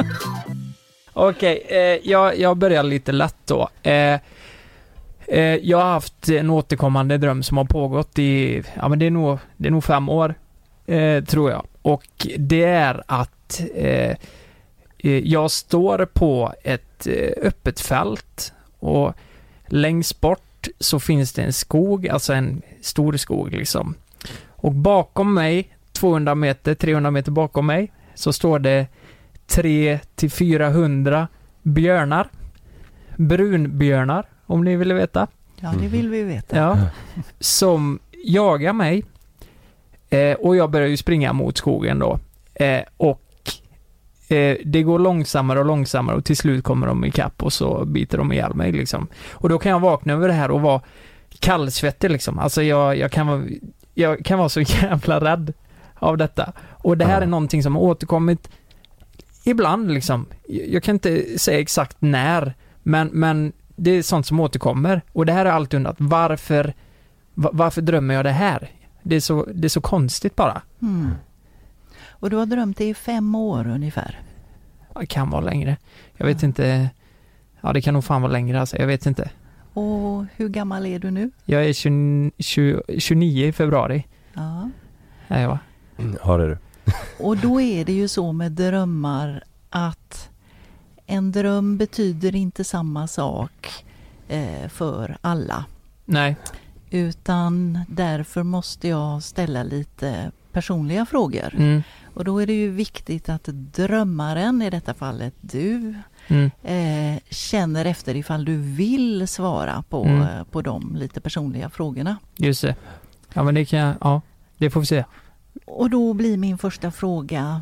Okej, eh, jag, jag börjar lite lätt då. Eh, eh, jag har haft en återkommande dröm som har pågått i, ja men det är nog, det är nog fem år, eh, tror jag. Och det är att eh, eh, jag står på ett eh, öppet fält och längst bort så finns det en skog, alltså en stor skog liksom. Och bakom mig, tvåhundra meter, trehundra meter bakom mig, så står det tre till fyrahundra björnar. Brunbjörnar, om ni vill veta. Ja, det vill vi veta. Ja. Som jagar mig. Eh, och jag börjar ju springa mot skogen då. Eh, och eh, det går långsammare och långsammare och till slut kommer de ikapp och så biter de ihjäl mig liksom. Och då kan jag vakna över det här och vara kallsvettig liksom. Alltså jag, jag, kan vara, jag kan vara så jävla rädd av detta. Och det här Ja. är någonting som har återkommit ibland liksom. Jag kan inte säga exakt när, men, men det är sånt som återkommer. Och det här är alltid undrat, varför, varför drömmer jag det här? Det är så, det är så konstigt bara. Mm. Och du har drömt det i fem år ungefär. Det kan vara längre. Jag vet inte. Ja, det kan nog fan vara längre alltså. Jag vet inte. Och hur gammal är du nu? Jag är tjugo, tjugo, tjugonio i februari. Ja. Ja, ja. Ja, det är du. Och då är det ju så med drömmar att en dröm betyder inte samma sak eh, för alla. Nej. Utan därför måste jag ställa lite personliga frågor. Mm. Och då är det ju viktigt att drömmaren, i detta fallet du, Mm. eh, känner efter ifall du vill svara på, Mm. eh, på de lite personliga frågorna. Just det. Ja, men det kan jag, ja, det får vi se. Och då blir min första fråga: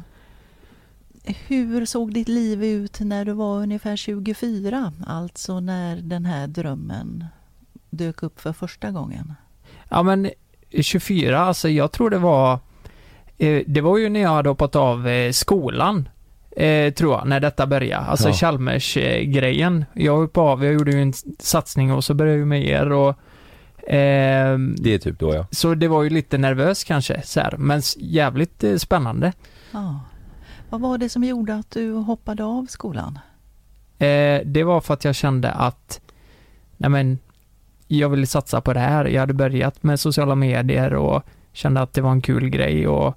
hur såg ditt liv ut när du var ungefär tjugofyra? Alltså när den här drömmen dök upp för första gången. Ja, men tjugofyra, alltså jag tror det var eh, det var ju när jag hade hoppat av eh, skolan eh, tror jag, när detta började. Alltså Ja. Chalmers eh, grejen. Jag hoppade av, jag gjorde ju en satsning och så började jag med er och Eh, det är typ då, ja. Så det var ju lite nervös kanske, så här, men jävligt eh, spännande. Ja. Vad var det som gjorde att du hoppade av skolan? Eh, det var för att jag kände att nej men, jag ville satsa på det här. Jag hade börjat med sociala medier och kände att det var en kul grej och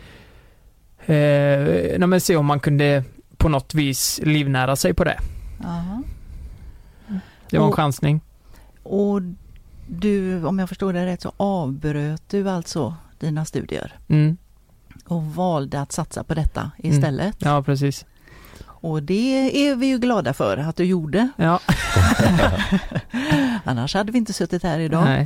eh, nej men, se om man kunde på något vis livnära sig på det. Aha. Det var en och, chansning. Och du, om jag förstår det rätt, så avbröt du alltså dina studier Mm. och valde att satsa på detta istället. Mm. Ja, precis. Och det är vi ju glada för att du gjorde. Ja. Annars hade vi inte suttit här idag. Nej.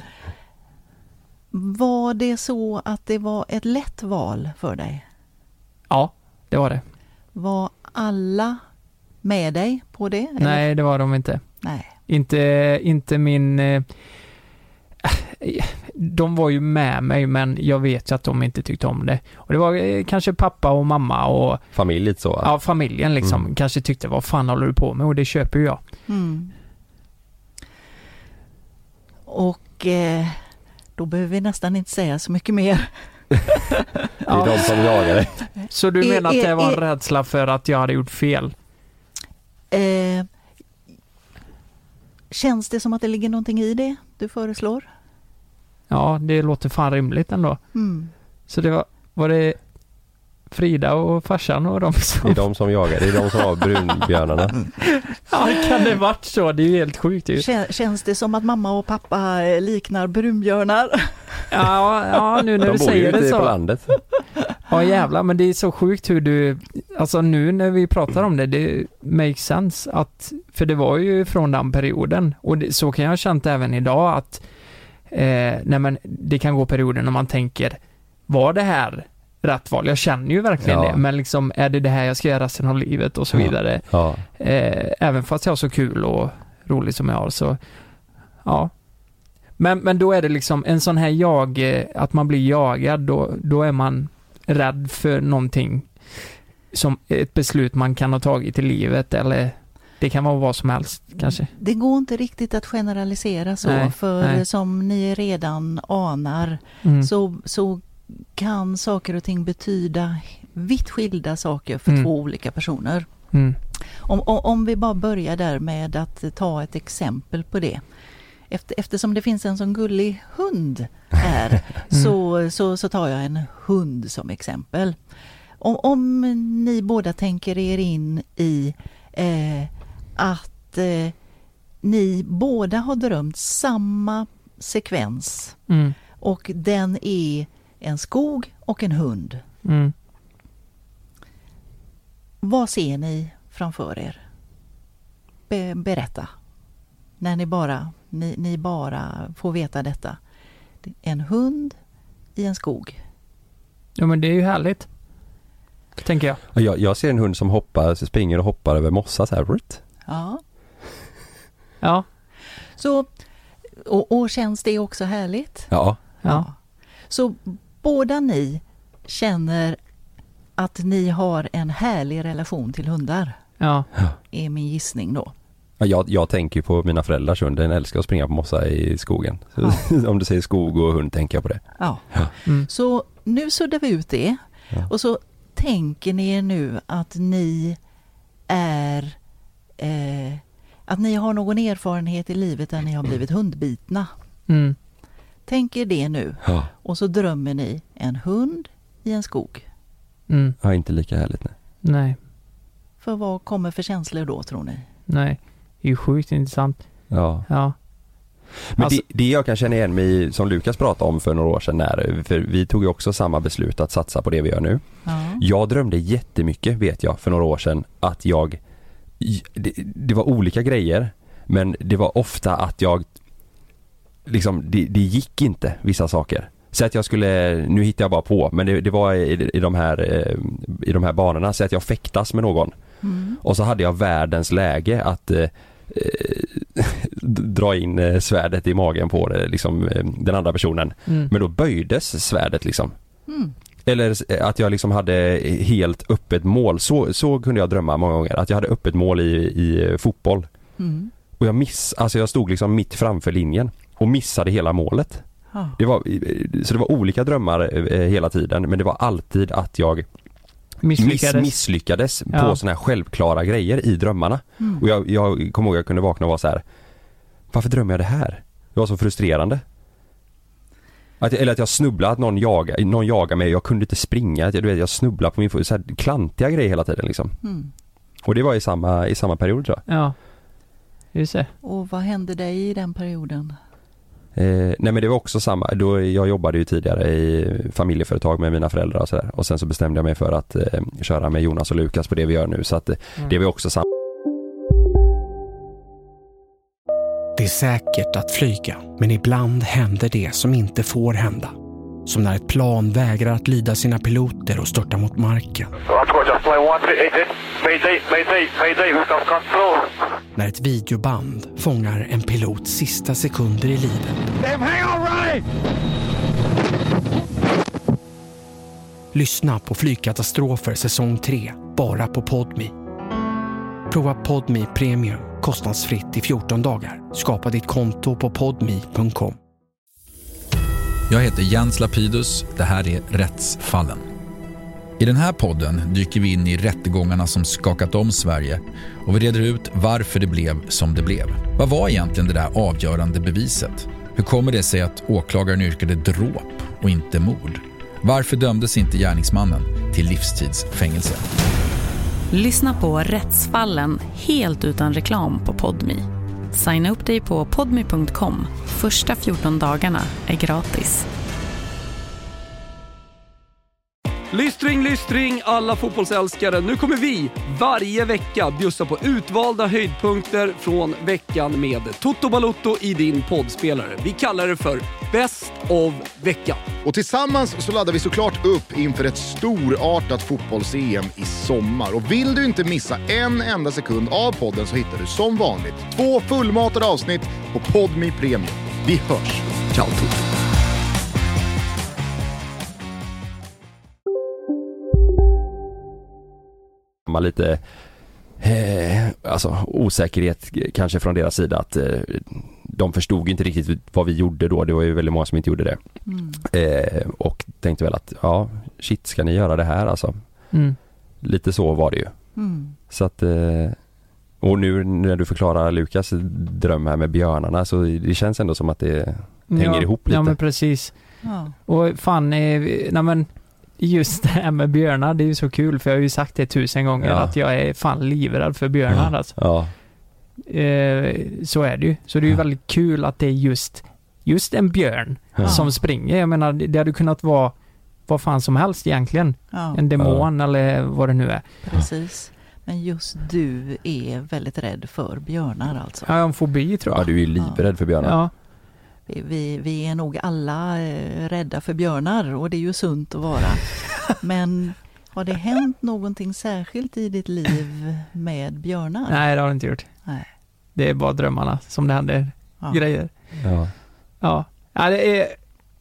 Var det så att det var ett lätt val för dig? Ja, det var det. Var alla med dig på det? Eller? Nej, det var de inte. Nej. Inte, inte min... Eh, de var ju med mig, men jag vet ju att de inte tyckte om det. Och det var eh, kanske pappa och mamma och... Familj lite så? Ja, familjen liksom. Mm. Kanske tyckte, vad fan håller du på med? Och det köper ju jag. Mm. Och eh, då behöver vi nästan inte säga så mycket mer. Det är de som jagar dig. Så du menar är, att det var en är, rädsla för att jag hade gjort fel? Eh, känns det som att det ligger någonting i det du föreslår? Ja, det låter fan rimligt ändå. Mm. Så det var, var det Frida och farsan och de som... Det är de som jagar, det är de som har brunbjörnarna. Ja, kan det varit så? Det är ju helt sjukt. Ju. Känns det som att mamma och pappa liknar brunbjörnar? Ja, ja, nu när de du säger det så. De bor ju ute på landet. Ja, jävlar, men det är så sjukt hur du... Alltså nu när vi pratar om det, det makes sense att... För det var ju från den perioden. Och det, så kan jag ha känt även idag att... Eh, nej men det kan gå perioder när man tänker, var det här rätt val? Jag känner ju verkligen ja. det, men liksom, är det det här jag ska göra resten av livet och så vidare. Ja. Eh, även fast jag har så kul och roligt som jag har, så ja. Men, men då är det liksom en sån här jag, att man blir jagad, då, då är man rädd för någonting som ett beslut man kan ha tagit i livet, eller det kan vara vad som helst kanske. Det går inte riktigt att generalisera så, nej, för nej. som ni redan anar mm. så, så kan saker och ting betyda vitt skilda saker för mm. två olika personer. Mm. Om, om, om vi bara börjar där med att ta ett exempel på det. Efter, eftersom det finns en sån gullig hund här mm. så, så, så tar jag en hund som exempel. Om, om ni båda tänker er in i eh, att eh, ni båda har drömt samma sekvens Mm. och den är en skog och en hund. Mm. Vad ser ni framför er? Be- berätta. När ni bara, ni, ni bara får veta detta. En hund i en skog. Ja, men det är ju härligt. Tänker jag. Jag, jag ser en hund som hoppar, springer och hoppar över mossa så här. Ja. Ja. Så, och, och känns det också härligt? Ja. Ja. Så båda ni känner att ni har en härlig relation till hundar. Ja. Är min gissning då. Jag, jag tänker på mina föräldrars hund. Den älskar att springa på mossa i skogen. Så, ja. Om du säger skog och hund tänker jag på det. Ja. Ja. Mm. Så nu suddar vi ut det. Ja. Och så tänker ni er nu att ni är eh, att ni har någon erfarenhet i livet där ni har blivit hundbitna. Mm. Tänk er det nu. Ja. Och så drömmer ni en hund i en skog. Mm. Ja, inte lika härligt. Nej. Nej. För vad kommer för känslor då, tror ni? Nej. Det är ju sjukt intressant. Ja. Ja. Men Alltså- det, det jag kan känna igen mig som Lukas pratade om för några år sedan, när, för vi tog ju också samma beslut att satsa på det vi gör nu. Ja. Jag drömde jättemycket, vet jag, för några år sedan att jag, det, det var olika grejer, men det var ofta att jag liksom, det, det gick inte vissa saker. Så att jag skulle, nu hittar jag bara på, men det, det var i, i, de här, i de här banorna, så att jag fäktas med någon. Mm. Och så hade jag världens läge att eh, dra in eh, svärdet i magen på det, liksom, eh, den andra personen. Mm. Men då böjdes svärdet liksom. Mm. Eller att jag liksom hade helt öppet mål. Så, så kunde jag drömma många gånger. Att jag hade öppet mål i, i fotboll. Mm. Och jag miss, alltså jag stod liksom mitt framför linjen. och missade hela målet. Ah. Det var, så det var olika drömmar eh, hela tiden, men det var alltid att jag misslyckades, miss, misslyckades ja. på såna här självklara grejer i drömmarna. Mm. Och jag, jag kommer ihåg att jag kunde vakna och vara så här: varför drömmer jag det här? Det var så frustrerande. Att, eller att jag snubblade, att någon jagar, någon jagar mig, jag kunde inte springa, att jag, du vet, jag snubblade på min fot, så här klantiga grejer hela tiden liksom. Mm. Och det var i samma, i samma period, tror jag. Ja, just det. Och vad hände dig i den perioden? Eh, nej men det var också samma, då jag jobbade ju tidigare i familjeföretag med mina föräldrar och sådär. Och sen så bestämde jag mig för att eh, köra med Jonas och Lukas på det vi gör nu, så att eh, mm. det var också samma. Det är säkert att flyga, men ibland händer det som inte får hända. Som när ett plan vägrar att lyda sina piloter och störtar mot marken. När ett videoband fångar en pilots sista sekunder i livet. Lyssna på Flygkatastrofer säsong tre, bara på Podme. Prova Podme Premium kostnadsfritt i fjorton dagar. Skapa ditt konto på podme punkt com. Jag heter Jens Lapidus, det här är Rättsfallen. I den här podden dyker vi in i rättegångarna som skakat om Sverige och vi reder ut varför det blev som det blev. Vad var egentligen det där avgörande beviset? Hur kommer det sig att åklagaren yrkade dråp och inte mord? Varför dömdes inte gärningsmannen till livstidsfängelse? Lyssna på Rättsfallen helt utan reklam på Podme. Signa upp dig på podme punkt com. Första fjorton dagarna är gratis. Lystring, lystring alla fotbollsälskare. Nu kommer vi varje vecka bjussa på utvalda höjdpunkter från veckan med Toto Balotto i din poddspelare. Vi kallar det för Best of veckan. Och tillsammans så laddar vi såklart upp inför ett storartat fotbolls-E M i sommar. Och vill du inte missa en enda sekund av podden så hittar du som vanligt två fullmatade avsnitt på Podme Premium. Vi hörs. Ciao Toto. Man lite eh, alltså osäkerhet kanske från deras sida att eh, de förstod inte riktigt vad vi gjorde då. Det var ju väldigt många som inte gjorde det. Mm. Eh, och tänkte väl att ja, shit, ska ni göra det här alltså? Mm. Lite så var det ju. Mm. Så att eh, och nu när du förklarar Lukas dröm här med björnarna, så det känns ändå som att det hänger ja, ihop lite. Ja, men precis. Ja. Och fan, eh, nej men just det här med björnar, det är ju så kul, för jag har ju sagt det tusen gånger ja. att jag är fan livrädd för björnar ja. alltså. Ja. Eh, så är det ju. Så det är ju ja. väldigt kul att det är just just en björn ja. som springer. Jag menar, det hade kunnat vara vad fan som helst egentligen. Ja. En demon ja. eller vad det nu är. Precis. Men just du är väldigt rädd för björnar alltså. Ja, en fobi tror jag. Ja, du är ju livrädd ja. för björnar. Ja. Vi, vi är nog alla eh, rädda för björnar, och det är ju sunt att vara. Men har det hänt någonting särskilt i ditt liv med björnar? Nej, det har det inte gjort. Nej. Det är bara drömmarna som det händer ja. grejer. Ja. Ja. Ja, det är...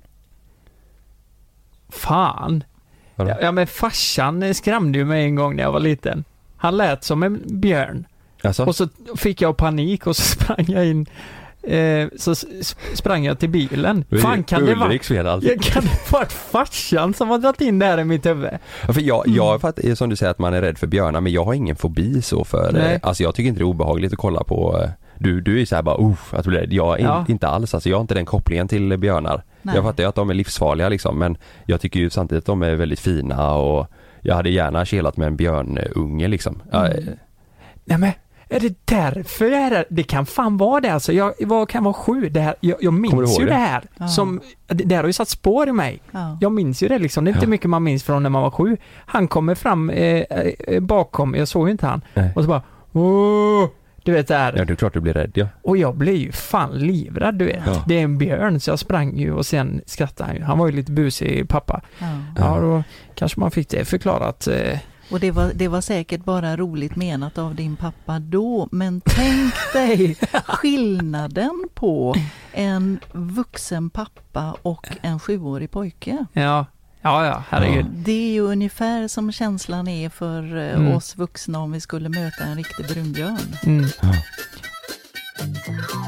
Fan. Ja, ja, men farsan skrämde ju mig en gång när jag var liten. Han lät som en björn. Alltså? Och så fick jag panik och så sprang jag in... Eh, så sprang jag till bilen. Fan, kan det vara jag kan det vara farsan som har dragit in det här i mitt huvud? Ja, för jag, jag för att, som du säger att man är rädd för björnar, men jag har ingen fobi så för eh, alltså jag tycker inte det är obehagligt att kolla på eh, du, du är så här bara uff, att du, jag är ja. in, inte alls, alltså jag har inte den kopplingen till björnar. Nej. Jag fattar ju att de är livsfarliga liksom, men jag tycker ju samtidigt att de är väldigt fina, och jag hade gärna kelat med en björnunge liksom. Mm. Ja, nej men är det därför det här? Det kan fan vara det alltså. Jag var, kan vara sju. Det här, jag, jag minns ju det, det här. Ja. Som, det, det här har ju satt spår i mig. Ja. Jag minns ju det liksom. Det är inte ja. mycket man minns från när man var sju. Han kommer fram eh, eh, bakom. Jag såg ju inte han. Nej. Och så bara åh, du vet där. Ja, det är klart du blir rädd, ja. Och jag blev ju fan livrädd, du vet. Ja. Det är en björn, så jag sprang ju och sen skrattade han ju. Han var ju lite busig, pappa. Ja, ja då kanske man fick det förklarat. Eh, Och det var, det var säkert bara roligt menat av din pappa då, men tänk dig skillnaden på en vuxen pappa och en sjuårig pojke. Ja, ja, ja, herregud. Det är ju ungefär som känslan är för mm. oss vuxna om vi skulle möta en riktig brunbjörn. Mm. Ja.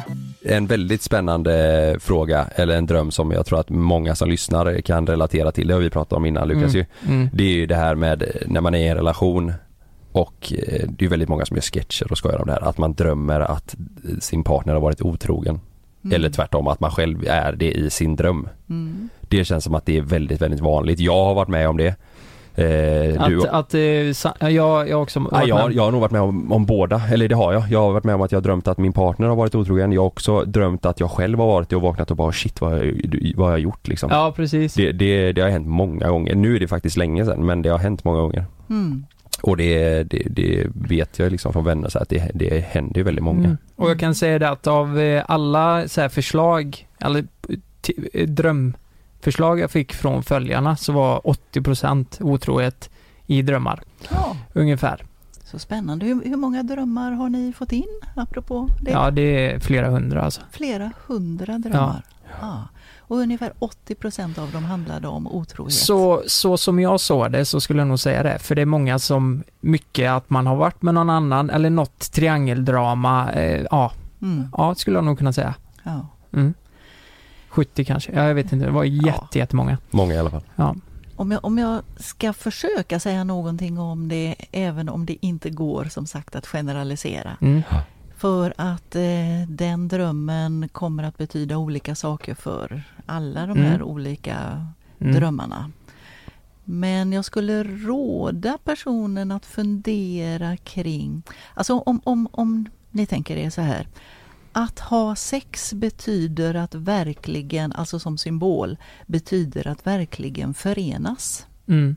en väldigt spännande fråga, eller en dröm som jag tror att många som lyssnar kan relatera till. Det har vi pratat om innan, Lukas. Mm. Mm. Det är ju det här med när man är i en relation, och det är väldigt många som gör sketcher och skojar om det här, att man drömmer att sin partner har varit otrogen. Mm. Eller tvärtom, att man själv är det i sin dröm. Mm. Det känns som att det är väldigt, väldigt vanligt. Jag har varit med om det. Eh, att, du, att, eh, jag, jag också ja, jag, jag har nog varit med om, om båda. Eller det har jag. Jag har varit med om att jag har drömt att min partner har varit otrogen. Jag har också drömt att jag själv har varit det och vaknat och bara shit, vad, vad har jag gjort liksom. Ja, precis. Det, det, det har hänt många gånger. Nu är det faktiskt länge sedan, men det har hänt många gånger. Mm. Och det, det, det vet jag liksom från vänner så att det, det händer ju väldigt många. Mm. Och jag kan säga det att av alla så här förslag eller t- drömförslag jag fick från följarna så var åttio procent otrohet i drömmar. Ja. Ungefär. Så spännande. Hur, hur många drömmar har ni fått in apropå det? Ja, det är flera hundra alltså. Flera hundra drömmar? Ja. Ja. Och ungefär åttio procent av dem handlade om otrohet. Så, så som jag såg det så skulle jag nog säga det. För det är många som, mycket att man har varit med någon annan eller något triangeldrama. Eh, ja. Mm. Ja, skulle jag nog kunna säga. Ja. Mm. sjuttio kanske. Ja, jag vet inte, det var jätte, ja. jättemånga. Många i alla fall. Ja. Om jag, om jag ska försöka säga någonting om det, även om det inte går som sagt att generalisera. Mm. För att eh, den drömmen kommer att betyda olika saker för alla de här mm. olika mm. drömmarna. Men jag skulle råda personen att fundera kring, alltså om, om, om ni tänker er så här, att ha sex betyder att verkligen, alltså som symbol, betyder att verkligen förenas. Mm.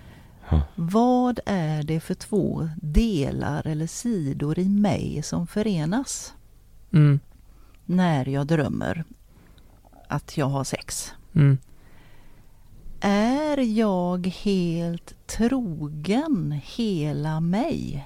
Vad är det för två delar eller sidor i mig som förenas mm. när jag drömmer att jag har sex? Mm. Är jag helt trogen hela mig?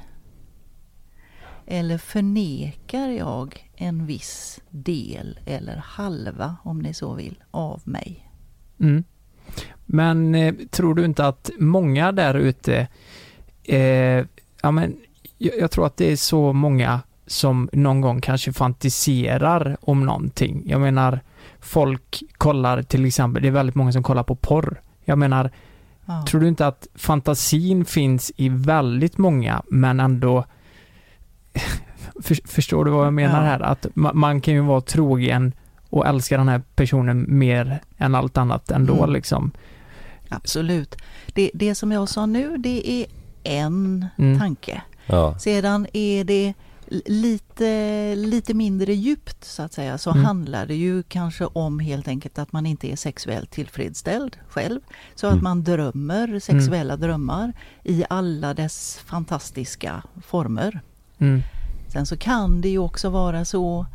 Eller förnekar jag en viss del eller halva, om ni så vill, av mig? Mm. Men eh, tror du inte att många där ute, eh, ja men jag, jag tror att det är så många som någon gång kanske fantiserar om någonting. Jag menar, folk kollar till exempel, det är väldigt många som kollar på porr. Jag menar, ja. Tror du inte att fantasin finns i väldigt många, men ändå för, förstår du vad jag menar ja. här? Att ma- man kan ju vara trogen och älska den här personen mer än allt annat ändå mm. liksom. Absolut. Det, det som jag sa nu, det är en mm. tanke. Ja. Sedan är det lite, lite mindre djupt så att säga, så mm. handlar det ju kanske om helt enkelt att man inte är sexuellt tillfredsställd själv. Så mm. att man drömmer sexuella mm. drömmar i alla dess fantastiska former. Mm. Sen så kan det ju också vara så,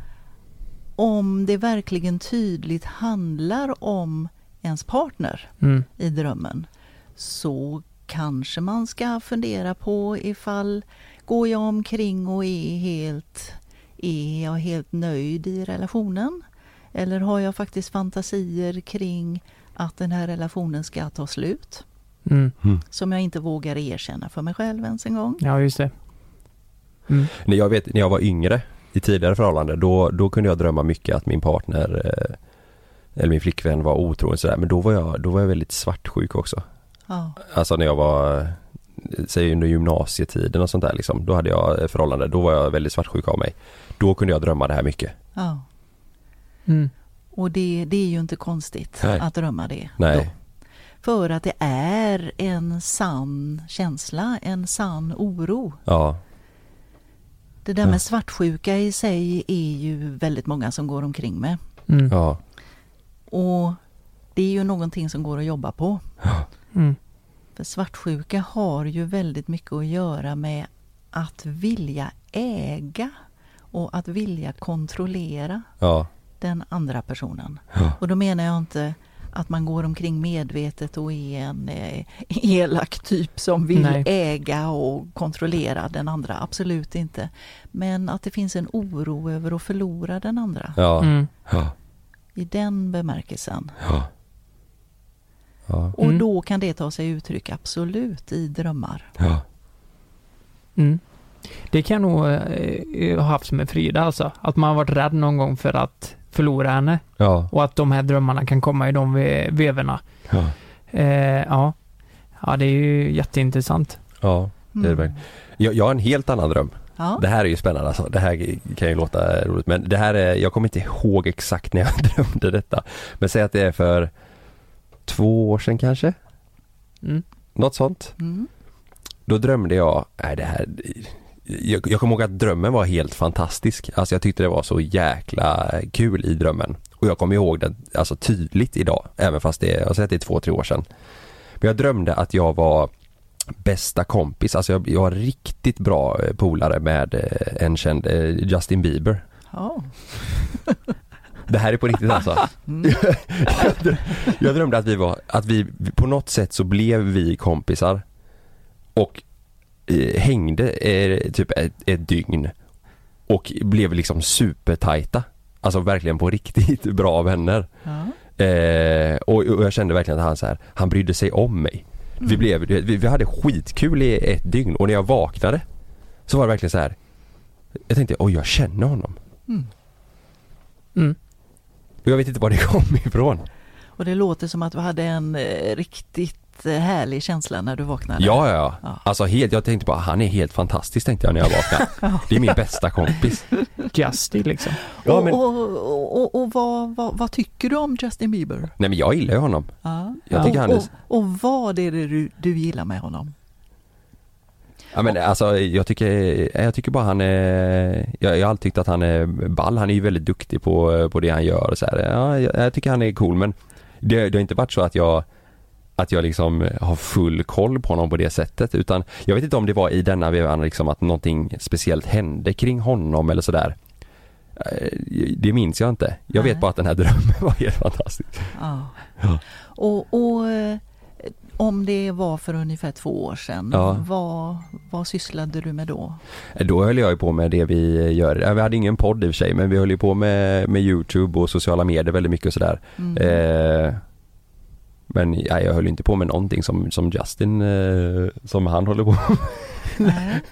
om det verkligen tydligt handlar om ens partner mm. i drömmen, så kanske man ska fundera på ifall går jag omkring och är helt, är jag helt nöjd i relationen? Eller har jag faktiskt fantasier kring att den här relationen ska ta slut? Mm. Mm. Som jag inte vågar erkänna för mig själv ens en gång. Ja, just det. Mm. När, jag vet, när jag var yngre i tidigare förhållanden, då, då kunde jag drömma mycket att min partner eh, eller min flickvän var otrogen sådär, men då var jag, då var jag väldigt svartsjuk också. Ja. Alltså när jag var, säg under gymnasietiden och sånt där liksom, då hade jag förhållande, då var jag väldigt svartsjuk av mig. Då kunde jag drömma det här mycket. Ja. Mm. Och det, det är ju inte konstigt Nej. att drömma det. Nej. Då. För att det är en sann känsla, en sann oro. Ja. Det där med ja. svartsjuka i sig är ju väldigt många som går omkring med. Mm. Ja. Och det är ju någonting som går att jobba på. Ja. Mm. För svartsjuka har ju väldigt mycket att göra med att vilja äga och att vilja kontrollera ja. den andra personen. Ja. Och då menar jag inte att man går omkring medvetet och är en eh, elak typ som vill Nej. äga och kontrollera den andra. Absolut inte. Men att det finns en oro över att förlora den andra. Ja. Mm. Ja. I den bemärkelsen. Ja. Ja. Och då kan det ta sig uttryck absolut i drömmar. Ja. Mm. Det kan jag nog eh, ha haft med Frida alltså. Att man har varit rädd någon gång för att förlora henne. Ja. Och att de här drömmarna kan komma i de ve- veverna. Ja. Eh, ja. Ja, det är ju jätteintressant. Ja, det är det. Mm. Jag, jag har en helt annan dröm. Ja. Det här är ju spännande alltså. Det här kan ju låta roligt, men det här är, jag kommer inte ihåg exakt när jag drömde detta. Men säg att det är för två år sedan kanske. Mm. Något sånt. Mm. Då drömde jag, nej det här, jag, jag kommer ihåg att drömmen var helt fantastisk. Alltså jag tyckte det var så jäkla kul i drömmen. Och jag kommer ihåg det alltså tydligt idag, även fast det, jag säger att det är två, tre år sedan. Men jag drömde att jag var bästa kompis, alltså jag, jag var riktigt bra polare med en känd Justin Bieber. Oh. Det här är på riktigt alltså. Mm. Jag drömde att vi var, att vi på något sätt så blev vi kompisar och eh, hängde eh, typ ett, ett dygn och blev liksom supertajta. Alltså verkligen på riktigt bra vänner. Ja. Eh, och, och jag kände verkligen att han så här, han brydde sig om mig. Mm. Vi blev vi, vi hade skitkul i ett dygn och när jag vaknade så var det verkligen så här. Jag tänkte, oj jag känner honom. Mm. Mm. Och jag vet inte var det kom ifrån. Och det låter som att du hade en eh, riktigt eh, härlig känsla när du vaknade. Ja, ja, ja. ja. Alltså helt, jag tänkte bara, han är helt fantastisk tänkte jag när jag vaknade. Det är min bästa kompis. Justin liksom. Ja, men... Och, och, och, och vad, vad, vad tycker du om Justin Bieber? Nej men jag gillar ju honom. Ja. Jag tycker och, han är... och, och vad är det du, du gillar med honom? Ja men alltså jag tycker jag tycker bara han är jag, jag har alltid tyckt att han är ball, han är ju väldigt duktig på, på det han gör och så här. Ja, jag, jag tycker han är cool, men det, det har inte varit så att jag att jag liksom har full koll på honom på det sättet, utan jag vet inte om det var i denna vevan liksom att någonting speciellt hände kring honom eller sådär. Det minns jag inte. Jag Nej. vet bara att den här drömmen var helt fantastisk. Ja. Ja. Och, och om det var för ungefär två år sedan, ja. vad, vad sysslade du med då? Då höll jag ju på med det vi gör. Vi hade ingen podd i och för sig, men vi höll ju på med, med YouTube och sociala medier väldigt mycket och sådär. Mm. Eh, men ja, jag höll inte på med någonting som, som Justin, eh, som han håller på med.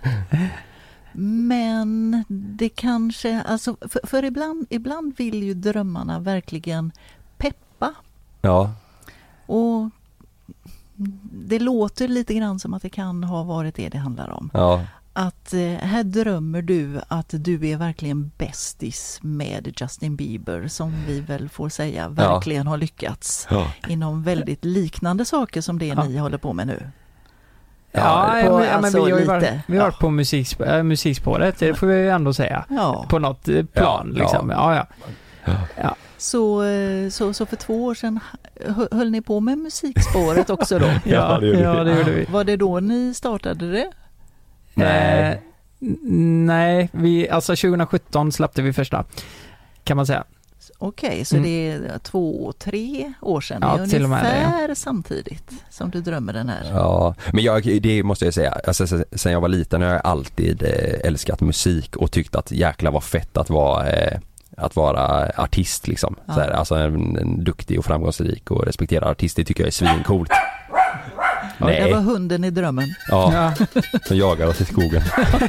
Men det kanske, alltså, för, för ibland, ibland vill ju drömmarna verkligen peppa. Ja. Och det låter lite grann som att det kan ha varit det det handlar om. Ja. Att eh, här drömmer du att du är verkligen bästis med Justin Bieber, som vi väl får säga verkligen ja. har lyckats ja. inom väldigt liknande saker som det ja. ni håller på med nu. Ja, på, men, ja, men vi har ju lite. varit, vi har varit på musikspå, äh, musikspåret, det får vi ju ändå säga. Ja. På något plan ja. liksom. Ja, ja. ja. ja. Så, så, så för två år sedan höll ni på med musikspåret också då? ja, det gjorde, ja, det gjorde vi. Var det då ni startade det? Nej. Eh, nej, vi, alltså tjugo sjutton släppte vi första, kan man säga. Okej, okay, så mm. det är två, tre år sedan, ja, det är till och med ungefär det, ja. samtidigt som du drömmer den här. Ja, men jag, det måste jag säga, alltså, sen jag var liten har jag alltid älskat musik och tyckt att jäkla var fett att vara eh, att vara artist liksom. Ja. Så här, alltså en, en duktig och framgångsrik och respekterad artist, det tycker jag är svincoolt. Ja, nej. Det var hunden i drömmen. Ja, ja. Som jagar oss i skogen.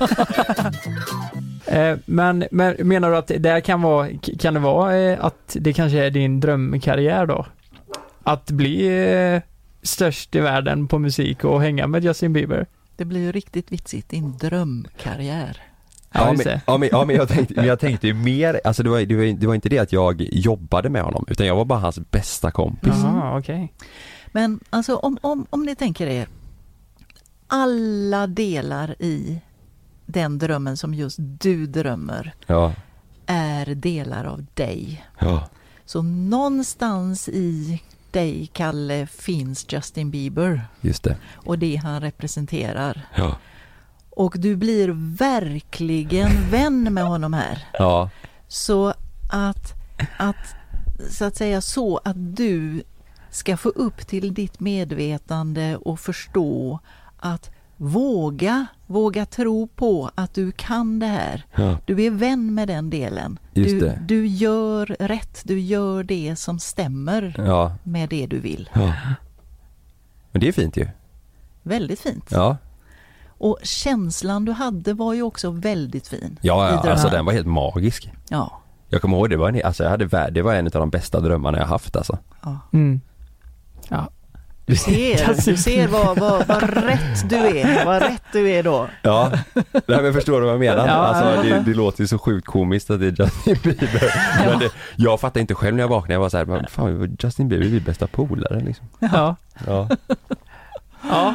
eh, men, men menar du att det kan vara, kan det vara eh, att det kanske är din drömkarriär då? Att bli eh, störst i världen på musik och hänga med Justin Bieber? Det blir ju riktigt vitsigt, din drömkarriär. Ja, ja, men, ja, men, ja, men jag tänkte, men jag tänkte ju mer, alltså det var, det, var, det var inte det att jag jobbade med honom, utan jag var bara hans bästa kompis. Jaha, okej. Okay. Men alltså om, om, om ni tänker er alla delar i den drömmen som just du drömmer ja. är delar av dig. Ja. Så någonstans i dig, Kalle, finns Justin Bieber. Just det. Och det han representerar. Ja. Och du blir verkligen vän med honom här. Ja. Så att, att så att säga så att du ska få upp till ditt medvetande och förstå att våga, våga tro på att du kan det här. Ja. Du är vän med den delen. Just du, det. du gör rätt, du gör det som stämmer ja. med det du vill. Ja. Men det är fint ju. Väldigt fint. Ja. Och känslan du hade var ju också väldigt fin. Ja, ja alltså den var helt magisk. Ja. Jag kommer ihåg, det var en, alltså jag hade, det var en av de bästa drömmarna jag haft alltså. Ja. Mm. Ja. Du ser, du ser vad, vad, vad rätt du är, vad rätt du är då. Ja, det här jag förstår vad jag menar. Ja, alltså, det, det låter ju så sjukt komiskt att det är Justin Bieber. Ja. Men det, jag fattar inte själv när jag vaknade. Jag var så här, men fan, Justin Bieber är vi bästa polare liksom. Ja. Ja. Ja,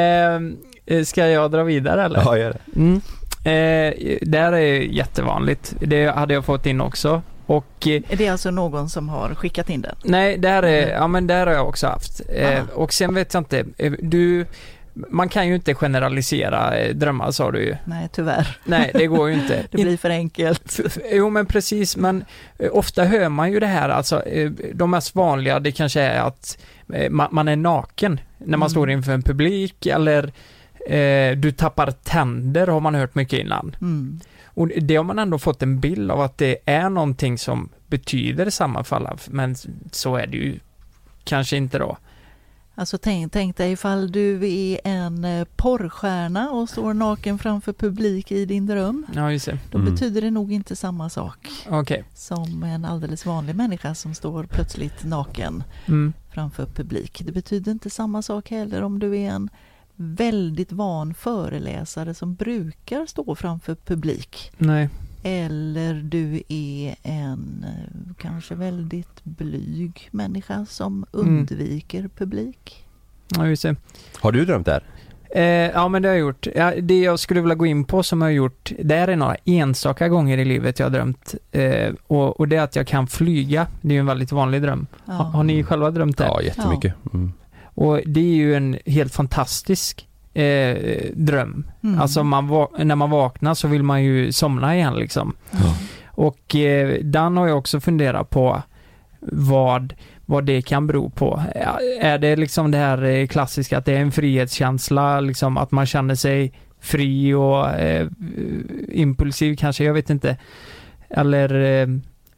eh, ska jag dra vidare eller? Ja, gör det. Mm. Eh, det här är jättevanligt. Det hade jag fått in också. Och, eh, är det alltså någon som har skickat in den? Nej, det här är, ja men det här har jag också haft. Eh, och sen vet jag inte, eh, du, man kan ju inte generalisera eh, drömmar, sa du ju. Nej, tyvärr. Nej, det går ju inte. Det blir för enkelt. Jo, men precis, men eh, ofta hör man ju det här, alltså eh, de mest vanliga, det kanske är att eh, man, man är naken när man mm. står inför en publik, eller eh, du tappar tänder, har man hört mycket innan. Mm. Och det har man ändå fått en bild av att det är någonting som betyder samma för alla, men så är det ju kanske inte då. Alltså tänk, tänk dig ifall du är en porrstjärna och står naken framför publik i din dröm. Ja, just det. Då mm. betyder det nog inte samma sak okay. som en alldeles vanlig människa som står plötsligt naken mm. framför publik. Det betyder inte samma sak heller om du är en väldigt van föreläsare som brukar stå framför publik. Nej. Eller du är en kanske väldigt blyg människa som undviker mm. publik. Ja, just det. Har du drömt där? Eh, ja, men det har jag gjort. Ja, det jag skulle vilja gå in på som jag har gjort, det är några enstaka gånger i livet jag har drömt. Eh, och, och det är att jag kan flyga. Det är ju en väldigt vanlig dröm. Ja. Ha, har ni själva drömt det? Ja, jättemycket. Mm. Och det är ju en helt fantastisk eh, dröm. Mm. Alltså man va- när man vaknar så vill man ju somna igen liksom. Ja. Och eh, Dan har jag också funderat på vad, vad det kan bero på. Är det liksom det här klassiska att det är en frihetskänsla, liksom att man känner sig fri och eh, impulsiv kanske, jag vet inte. Eller... Eh,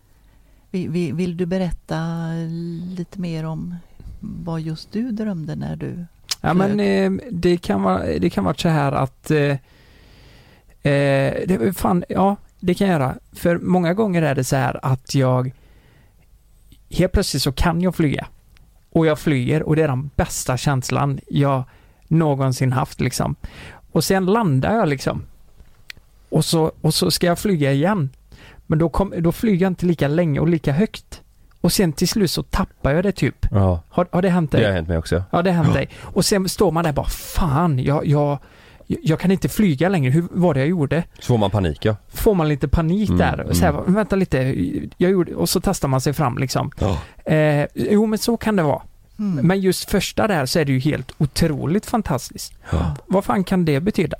vill, vill du berätta lite mer om vad just du drömde när du Ja, men eh, det kan vara det kan vara så här att eh, eh, det fan ja, det kan jag göra. För många gånger är det så här att jag helt plötsligt så kan jag flyga. Och jag flyger och det är den bästa känslan jag någonsin haft liksom. Och sen landar jag liksom. Och så och så ska jag flyga igen. Men då kom, då flyger jag inte lika länge och lika högt. Och sen till slut så tappar jag det typ. Ja. Har, har det hänt dig? Det har hänt mig också. Ja, det har hänt ja. dig. Och sen står man där bara, fan, jag, jag, jag kan inte flyga längre. Hur var det jag gjorde? Så får man panik, ja. Får man lite panik mm, där. Så här, mm. vänta lite, jag gjorde, och så testar man sig fram liksom. Ja. Eh, jo, men så kan det vara. Mm. Men just första där så är det ju helt otroligt fantastiskt. Ja. Vad fan kan det betyda?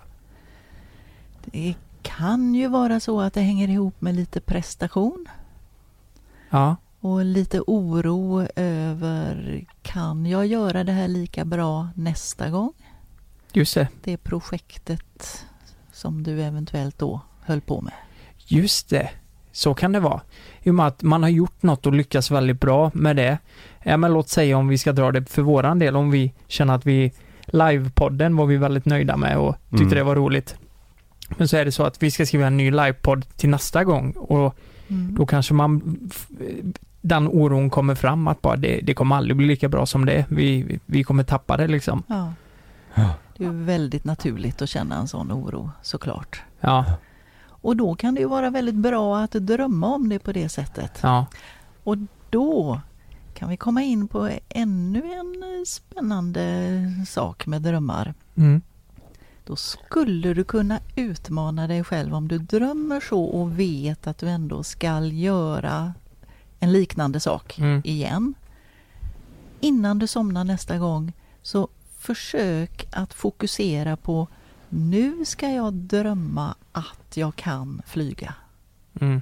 Det kan ju vara så att det hänger ihop med lite prestation. Ja. Och lite oro över, kan jag göra det här lika bra nästa gång? Just det. Det projektet som du eventuellt då höll på med. Just det. Så kan det vara. I och med att man har gjort något och lyckats väldigt bra med det. Ja, men låt säga om vi ska dra det för våran del. Om vi känner att vi livepodden var vi väldigt nöjda med och tyckte mm. det var roligt. Men så är det så att vi ska skriva en ny livepodd till nästa gång. Och mm. då kanske man... den oron kommer fram att bara det, det kommer aldrig bli lika bra som det. Vi, vi kommer tappa det liksom. Ja. Ja. Det är väldigt naturligt att känna en sån oro, såklart. Ja. Och då kan det ju vara väldigt bra att drömma om det på det sättet. Ja. Och då kan vi komma in på ännu en spännande sak med drömmar. Mm. Då skulle du kunna utmana dig själv om du drömmer så och vet att du ändå ska göra en liknande sak mm. igen. Innan du somnar nästa gång så försök att fokusera på nu ska jag drömma att jag kan flyga. Mm.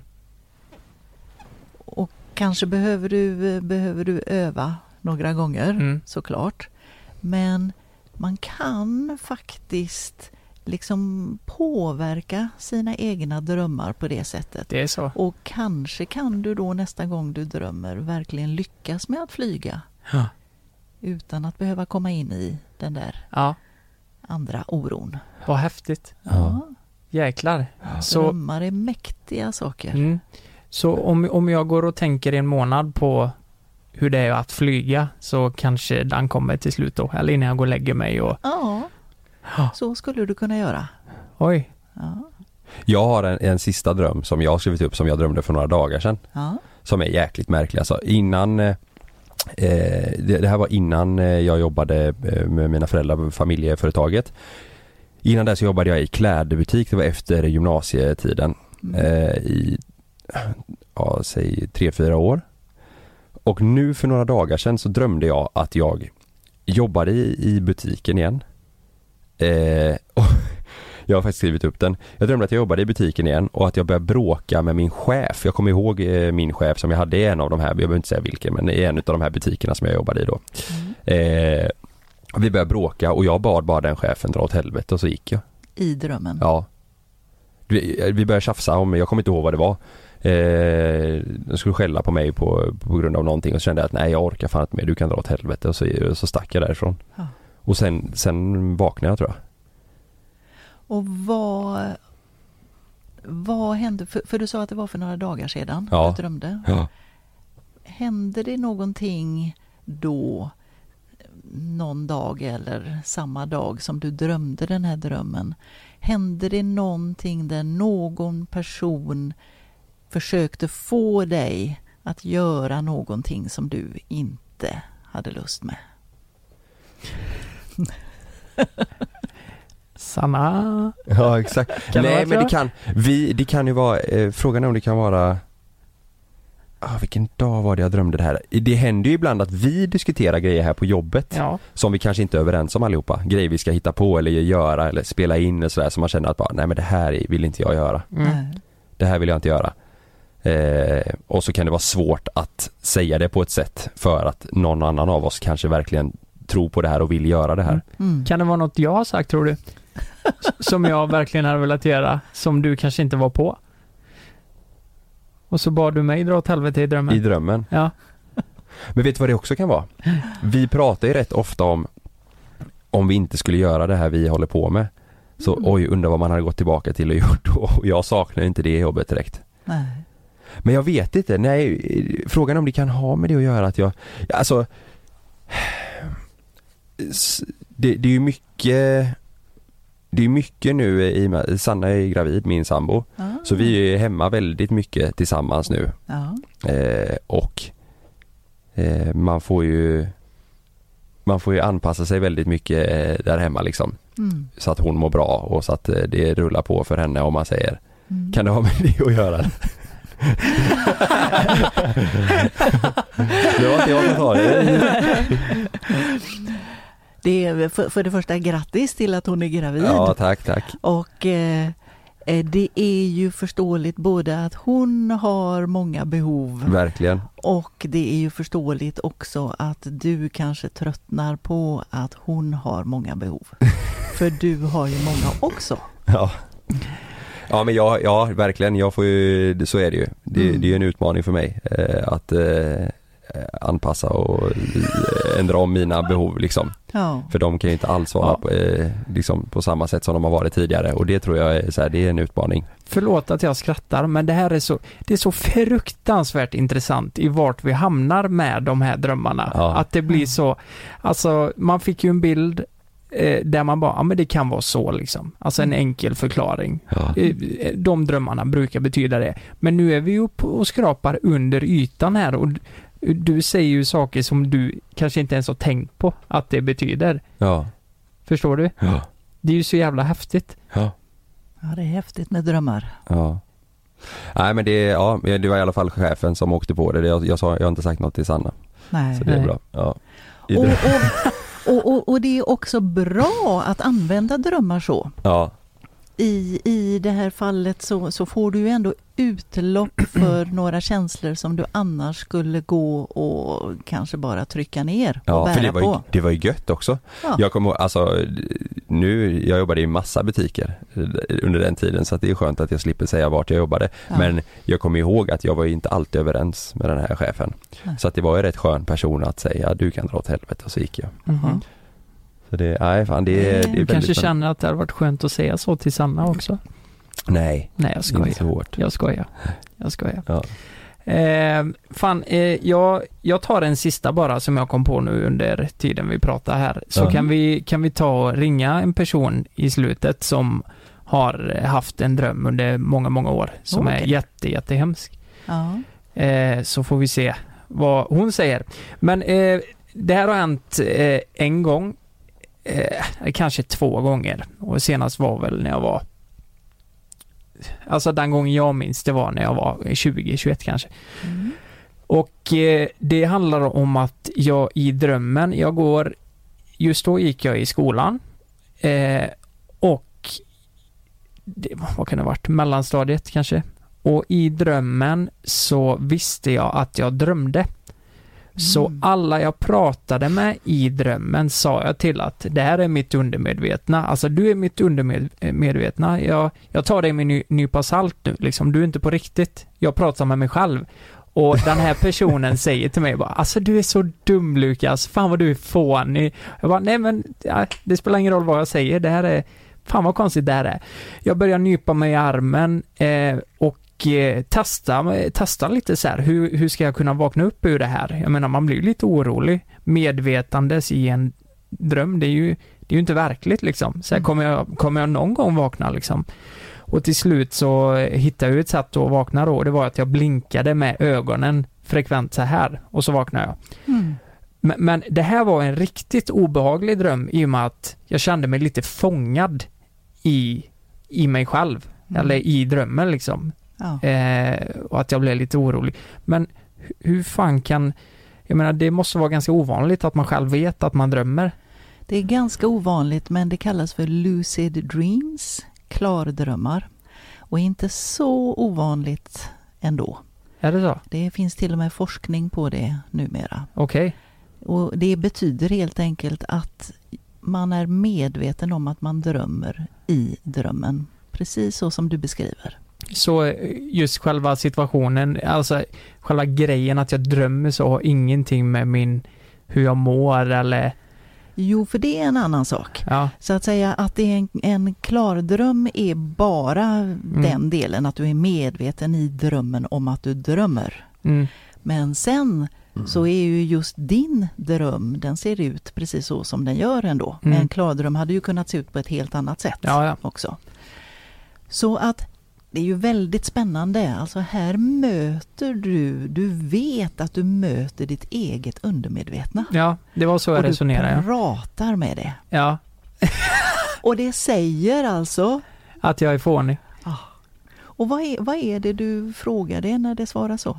Och kanske behöver du, behöver du öva några gånger mm. såklart. Men man kan faktiskt liksom påverka sina egna drömmar på det sättet. Det är så. Och kanske kan du då nästa gång du drömmer verkligen lyckas med att flyga. Ja. Utan att behöva komma in i den där ja. andra oron. Vad häftigt. Ja. Jäklar. Så, drömmar är mäktiga saker. mm. Så om, om jag går och tänker en månad på hur det är att flyga, så kanske den kommer till slut då. Eller innan jag går och lägger mig. Och... Ja, så skulle du kunna göra. Oj. Ja. Jag har en, en sista dröm som jag har skrivit upp, som jag drömde för några dagar sedan. Ja. Som är jäkligt märklig. Alltså innan, eh, det, det här var innan jag jobbade med mina föräldrar på familjeföretaget. Innan dess jobbade jag i klädbutik. Det var efter gymnasietiden. Mm. Eh, I, ja, säg tre, fyra år. Och nu för några dagar sedan så drömde jag att jag jobbade i, i butiken igen. Eh, och jag har faktiskt skrivit upp den. Jag drömde att jag jobbade i butiken igen och att jag började bråka med min chef. Jag kommer ihåg eh, min chef som jag hade i en av de här, jag behöver inte säga vilken, men i en av de här butikerna som jag jobbade i då. Mm. Eh, vi började bråka och jag bad bara den chefen dra åt helvete och så gick jag. I drömmen? Ja. Vi, vi började tjafsa om, jag kommer inte ihåg vad det var. Eh, de skulle skälla på mig på, på grund av någonting och så kände jag att nej, jag orkar fan inte mer, du kan dra åt helvete, och så, så stack jag därifrån. Ja. Och sen, sen vaknade jag, tror jag. Och vad vad hände, för, för du sa att det var för några dagar sedan, ja. Du drömde. Ja. Hände det någonting då, någon dag eller samma dag som du drömde den här drömmen? Hände det någonting där någon person försökte få dig att göra någonting som du inte hade lust med? Sanna. Ja, exakt. Kan Nej, det men det kan vi det kan ju vara eh, frågan är om det kan vara ah, vilken dag var det jag drömde det här. Det händer ju ibland att vi diskuterar grejer här på jobbet, ja, som vi kanske inte är överens om allihopa. Grejer vi ska hitta på eller göra eller spela in och sådär, som man känner att bara, nej men det här vill inte jag göra. Mm. Det här vill jag inte göra. Eh, och så kan det vara svårt att säga det på ett sätt för att någon annan av oss kanske verkligen tror på det här och vill göra det här. Mm. Kan det vara något jag har sagt, tror du? Som jag verkligen har velat göra, som du kanske inte var på? Och så bad du mig dra åt helvete i drömmen. I drömmen? Ja. Men vet du vad det också kan vara? Vi pratar ju rätt ofta om om vi inte skulle göra det här vi håller på med. Så mm. oj, undrar vad man hade gått tillbaka till och gjort. Och jag saknar inte det jobbet direkt. Nej. Men jag vet inte. Nej, frågan om det kan ha med det att göra att jag... Alltså... Det, det är ju mycket... Det är mycket nu i med, Sanna är gravid, min sambo. Ah. Så vi är hemma väldigt mycket tillsammans nu. Ah. Eh, och eh, man får ju man får ju anpassa sig väldigt mycket eh, där hemma liksom. Mm. Så att hon mår bra och så att eh, det rullar på för henne, om man säger. Mm. Kan det ha med det att göra? Det var inte jag som sa det. Det är för, för det första grattis till att hon är gravid. Ja, tack, tack. Och eh, det är ju förståeligt både att hon har många behov. Verkligen. Och det är ju förståeligt också att du kanske tröttnar på att hon har många behov. För du har ju många också. Ja. Ja, men jag, ja, verkligen. Jag får ju, så är det ju. Det, mm. det är ju en utmaning för mig eh, att eh, anpassa och ändra om mina behov liksom. Ja. För de kan ju inte alls vara ja. på, eh, liksom på samma sätt som de har varit tidigare, och det tror jag är, så här, det är en utmaning. Förlåt att jag skrattar, men det här är så, det är så fruktansvärt intressant i vart vi hamnar med de här drömmarna. Ja. Att det blir så, alltså man fick ju en bild eh, där man bara, ja men det kan vara så liksom. Alltså en enkel förklaring. Ja. De drömmarna brukar betyda det. Men nu är vi ju på och skrapar under ytan här, och du säger ju saker som du kanske inte ens har tänkt på att det betyder. Ja. Förstår du? Ja. Det är ju så jävla häftigt. Ja. Ja, det är häftigt med drömmar. Ja. Nej, men det, ja, det var i alla fall chefen som åkte på det. Jag, jag, sa, jag har inte sagt något till Sanna. Nej. Så det är Nej. bra. Ja. Och, och, och, och, och det är också bra att använda drömmar så. Ja. I, i det här fallet så, så får du ju ändå utlopp för några känslor som du annars skulle gå och kanske bara trycka ner och ja, bära för det var ju, på. det var ju gött också. Ja. Jag kommer alltså nu, jag jobbade i massa butiker under den tiden, så att det är skönt att jag slipper säga vart jag jobbade. Ja. Men jag kommer ihåg att jag var ju inte alltid överens med den här chefen. Nej. Så att det var ju rätt skön person att säga, du kan dra åt helvete, och så gick jag. Mm-hmm. Så det, nej fan det är, det är Du kanske väldigt, känner att det hade varit skönt att säga så till Sanna också? Nej, Nej jag skojar. inte så hårt. Jag skojar. Jag skojar. Ja. Eh, fan, eh, jag, jag tar en sista bara som jag kom på nu under tiden vi pratar här. Så Ja. kan, vi, kan vi ta och ringa en person i slutet som har haft en dröm under många, många år som Okej. är jätte, jättehemsk. Ja. Eh, så får vi se vad hon säger. Men eh, det här har hänt eh, en gång, eh, kanske två gånger. Och senast var väl när jag var, alltså den gången jag minns det var när jag var tjugo tjugoett kanske. Mm. Och eh, det handlar om att jag i drömmen, jag går, just då gick jag i skolan eh, och det, vad kan det ha varit, mellanstadiet kanske. Och i drömmen så visste jag att jag drömde. Så alla jag pratade med i drömmen sa jag till att det här är mitt undermedvetna. Alltså du är mitt undermedvetna. Jag, jag tar dig med ny, nypa salt nu. Liksom. Du är inte på riktigt. Jag pratar med mig själv. Och den här personen säger till mig bara, alltså du är så dum Lukas. Fan vad du är fånig. Jag bara, nej men ja, det spelar ingen roll vad jag säger. Det här är, fan vad konstigt det här är. Jag börjar nypa mig i armen eh, och testa, testa lite så här, hur, hur ska jag kunna vakna upp ur det här? Jag menar, man blir lite orolig. Medvetandes i en dröm, det är ju, det är ju inte verkligt liksom. Så här, kommer jag, kommer jag någon gång vakna liksom? Och till slut så hittade jag ett sätt att vakna då. Det var att jag blinkade med ögonen frekvent så här och så vaknade jag. Mm. Men, men det här var en riktigt obehaglig dröm i och med att jag kände mig lite fångad i, i mig själv. Mm. Eller i drömmen liksom. Ja. Eh, och att jag blev lite orolig. Men hur fan kan, jag menar det måste vara ganska ovanligt att man själv vet att man drömmer. Det är ganska ovanligt, men det kallas för lucid dreams, klardrömmar. Och inte så ovanligt ändå. Är det så? Det finns till och med forskning på det numera. Okej. Och det betyder helt enkelt att man är medveten om att man drömmer i drömmen. Precis så som du beskriver. Så just själva situationen, alltså själva grejen att jag drömmer så har ingenting med min, hur jag mår eller... Jo, för det är en annan sak. Ja. Så att säga att det är en, en klar dröm är bara mm. den delen att du är medveten i drömmen om att du drömmer. Mm. Men sen mm. så är ju just din dröm, den ser ut precis så som den gör ändå. Mm. En klar dröm hade ju kunnat se ut på ett helt annat sätt ja, ja. också. Så att det är ju väldigt spännande. Alltså här möter du, du vet att du möter ditt eget undermedvetna. Ja, det var så jag resonerade. Och du pratar med det. Ja. Och det säger alltså? Att jag är fånig. Ah. Och vad är, vad är det du frågar det när det svarar så?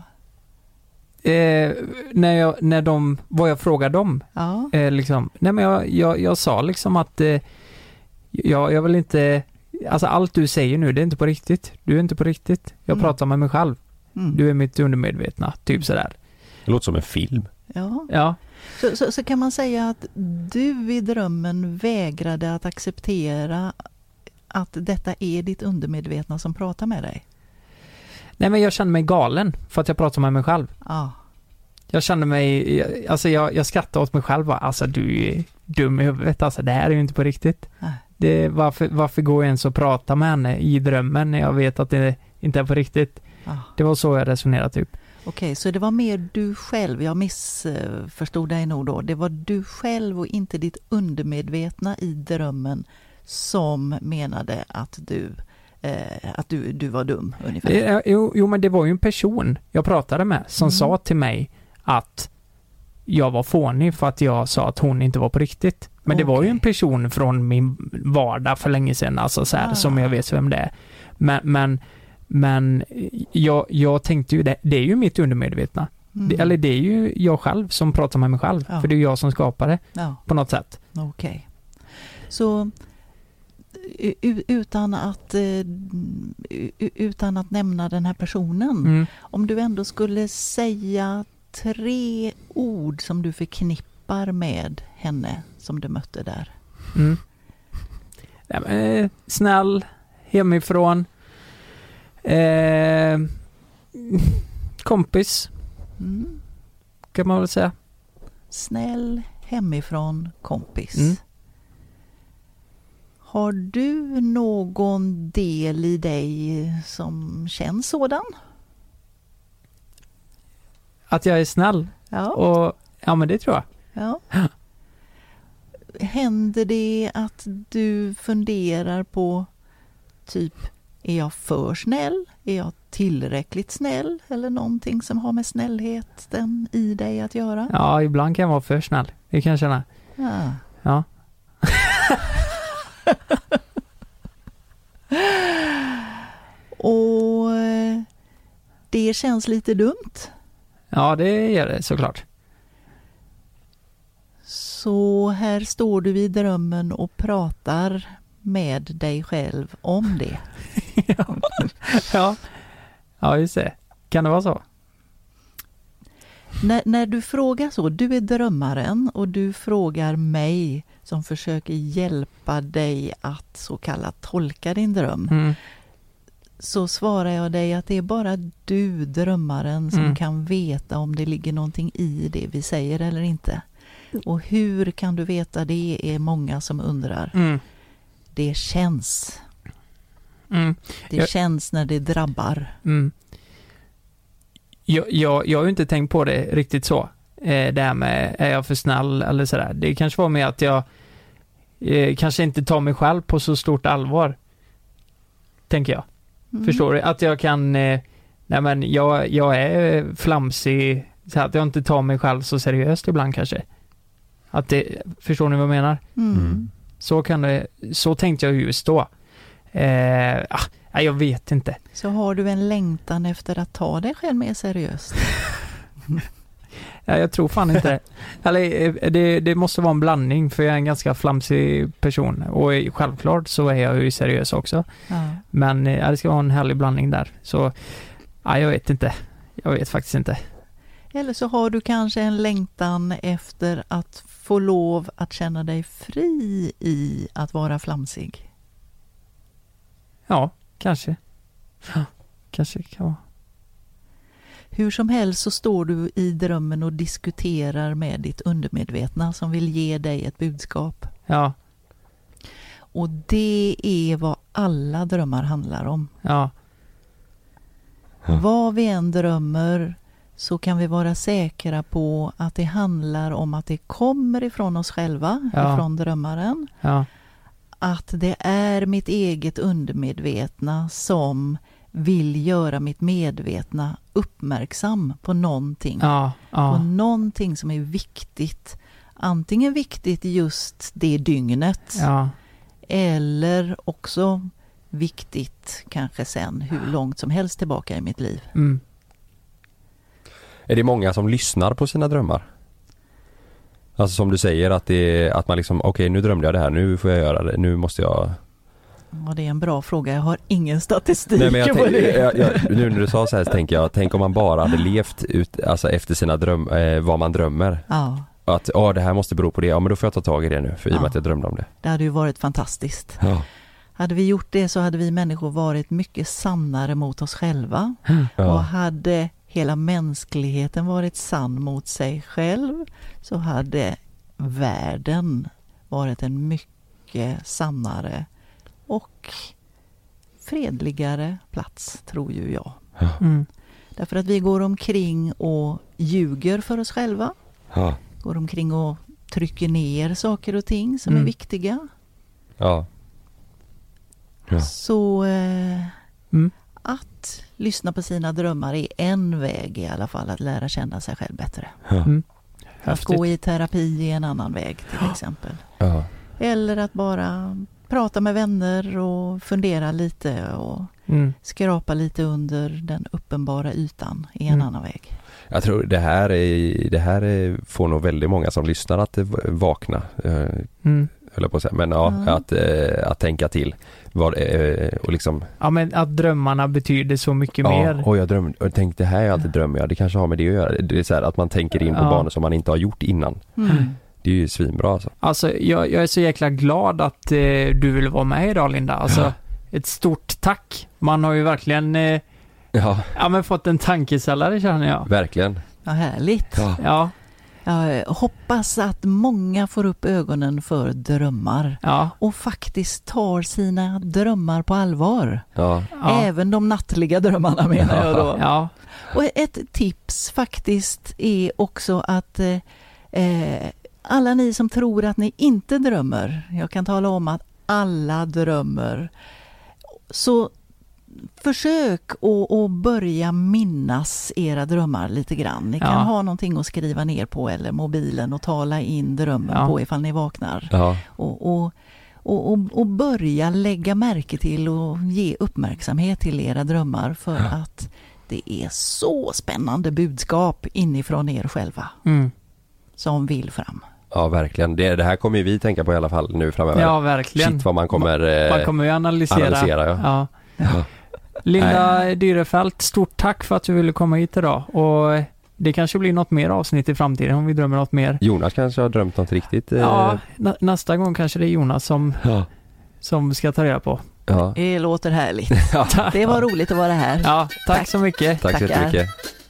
Eh, när jag, när de, vad jag frågar dem. Ja. Eh, liksom, nej men jag, jag, jag sa liksom att eh, jag, jag vill inte... Alltså allt du säger nu, det är inte på riktigt. Du är inte på riktigt. Jag mm. pratar med mig själv. Mm. Du är mitt undermedvetna, typ sådär. Det låter som en film. Ja. ja. Så, så, så kan man säga att du i drömmen vägrade att acceptera att detta är ditt undermedvetna som pratar med dig? Nej, men jag kände mig galen för att jag pratar med mig själv. Ja. Jag kände mig, alltså jag, jag skrattade åt mig själv. Alltså du är dum i huvudet. Alltså det här är ju inte på riktigt. Nej. Det, varför, varför går jag ens och prata med henne i drömmen när jag vet att det inte är på riktigt? Ah. Det var så jag resonerade typ. Okej, okay, så det var mer du själv, jag missförstod dig nog då. Det var du själv och inte ditt undermedvetna i drömmen som menade att du, eh, att du, du var dum ungefär. Det, jo, jo, men det var ju en person jag pratade med som mm. sa till mig att jag var fånig för att jag sa att hon inte var på riktigt. Men okay. det var ju en person från min vardag för länge sedan, alltså så här, ah. som jag vet vem det är. Men, men, men jag, jag tänkte ju, det, det är ju mitt undermedvetna. Mm. Det, eller det är ju jag själv som pratar med mig själv. Ja. För det är jag som skapar det ja. på något sätt. Okej. Okay. Så utan att utan att nämna den här personen, mm. om du ändå skulle säga tre ord som du förknippar med henne som du mötte där. Mm. Ja, men, snäll, hemifrån, eh, kompis, mm. kan man väl säga. Snäll, hemifrån, kompis. Mm. Har du någon del i dig som känns sådan? Att jag är snäll? Ja. Och, ja, men det tror jag. Ja. Händer det att du funderar på typ, är jag för snäll? Är jag tillräckligt snäll? Eller någonting som har med snällheten i dig att göra? Ja, ibland kan jag vara för snäll. Det kan jag känna. Ja. Ja. Och det känns lite dumt. Ja, det gör det såklart. Så här står du i drömmen och pratar med dig själv om det. ja. ja. Ja, just det. Kan det vara så? När, när du frågar så, du är drömmaren och du frågar mig som försöker hjälpa dig att så kallat tolka din dröm. Mm. Så svarar jag dig att det är bara du, drömmaren, som Mm. kan veta om det ligger någonting i det vi säger eller inte. Och hur kan du veta det, är många som undrar. Mm. Det känns. Mm. Det jag, känns när det drabbar. Mm. Jag, jag, jag har ju inte tänkt på det riktigt så. Eh, det här med, är jag för snäll eller sådär. Det kanske var med att jag eh, kanske inte tar mig själv på så stort allvar. Tänker jag. Mm. Förstår du? Att jag kan, eh, nej men jag, jag är flamsig, så att jag inte tar mig själv så seriöst ibland kanske. Att det, förstår ni vad jag menar? Mm. Så kan det, så tänkte jag just då. Eh, ah, jag vet inte. Så har du en längtan efter att ta dig själv mer seriöst? Ja, jag tror fan inte det. Eller, det. Det måste vara en blandning, för jag är en ganska flamsig person. Och självklart så är jag ju seriös också. Ja. Men ja, det ska vara en härlig blandning där. Så ja, jag vet inte. Jag vet faktiskt inte. Eller så har du kanske en längtan efter att få lov att känna dig fri i att vara flamsig. Ja, kanske. Ja, kanske kan vara. Hur som helst så står du i drömmen och diskuterar med ditt undermedvetna som vill ge dig ett budskap. Ja. Och det är vad alla drömmar handlar om. Ja. Ja. Vad vi än drömmer så kan vi vara säkra på att det handlar om att det kommer ifrån oss själva, ja. ifrån drömmaren. Ja. Att det är mitt eget undermedvetna som vill göra mitt medvetna uppmärksam på någonting. Ja, ja. På någonting som är viktigt. Antingen viktigt just det dygnet. Ja. Eller också viktigt kanske sen hur långt som helst tillbaka i mitt liv. Mm. Är det många som lyssnar på sina drömmar? Alltså som du säger, att, det, att man liksom, okej okay, nu drömde jag det här, nu får jag göra det, nu måste jag... Ja, det är en bra fråga, jag har ingen statistik. Nej, men jag på tänk, det. jag, jag, nu när du sa så här så tänker jag, tänk om man bara hade levt ut, alltså efter sina dröm, eh, vad man drömmer. Ja. Att ja, det här måste bero på det, ja men då får jag ta tag i det nu, för i och med Ja. att jag drömde om det. Det hade ju varit fantastiskt. Ja. Hade vi gjort det så hade vi människor varit mycket sannare mot oss själva. Ja. Och hade hela mänskligheten varit sann mot sig själv så hade världen varit en mycket sannare och fredligare plats, tror ju jag. Ja. Mm. Därför att vi går omkring och ljuger för oss själva. Ja. Går omkring och trycker ner saker och ting som Mm. är viktiga. Ja. Ja. Så eh, Mm. att lyssna på sina drömmar är en väg i alla fall att lära känna sig själv bättre. Ja. Mm. Att Häftigt. gå i terapi är en annan väg till exempel. Ja. Eller att bara prata med vänner och fundera lite och Mm. skrapa lite under den uppenbara ytan är en Mm. annan väg. Jag tror det här, är, det här är, får nog väldigt många som lyssnar att vakna. Eh, Mm. höll jag på att säga. Men ja, Mm. att, eh, att tänka till. Vad, eh, och liksom, Ja, men att drömmarna betyder så mycket ja, mer. och jag drömde, och tänkte det här är alltid drömmer jag. Det kanske har med det att göra. Det är så här att man tänker in på Ja. banor som man inte har gjort innan. Mm. Det är ju svinbra alltså. Alltså, jag, jag är så jäkla glad att eh, du vill vara med idag, Linda. Alltså, Ja. ett stort tack. Man har ju verkligen eh, Ja, ja, men fått en tankeställare, känner jag. verkligen. Ja, härligt. Ja. Ja. Jag hoppas att många får upp ögonen för drömmar ja. och faktiskt tar sina drömmar på allvar. Ja. Ja. Även de nattliga drömmarna menar jag då. Ja. Och ett tips faktiskt är också att eh, alla ni som tror att ni inte drömmer, jag kan tala om att alla drömmer, så försök att, att börja minnas era drömmar lite grann. Ni kan ja. ha någonting att skriva ner på eller mobilen och tala in drömmen ja. på ifall ni vaknar. Ja. Och, och, och, och, och börja lägga märke till och ge uppmärksamhet till era drömmar för ja. att det är så spännande budskap inifrån er själva mm. som vill fram. Ja, verkligen. Det, det här kommer ju vi tänka på i alla fall nu framöver. Ja, verkligen. Shit vad man kommer, man kommer ju analysera. analysera ja. Ja. Ja. Linda Dyrefelt, stort tack för att du ville komma hit idag. Och det kanske blir något mer avsnitt i framtiden om vi drömmer något mer. Jonas kanske har drömt något riktigt. Ja, nä- nästa gång kanske det är Jonas som, ja. som ska ta reda på. Ja. Det låter härligt. Det var roligt att vara här. Ja, tack, tack. så mycket. Tack så mycket.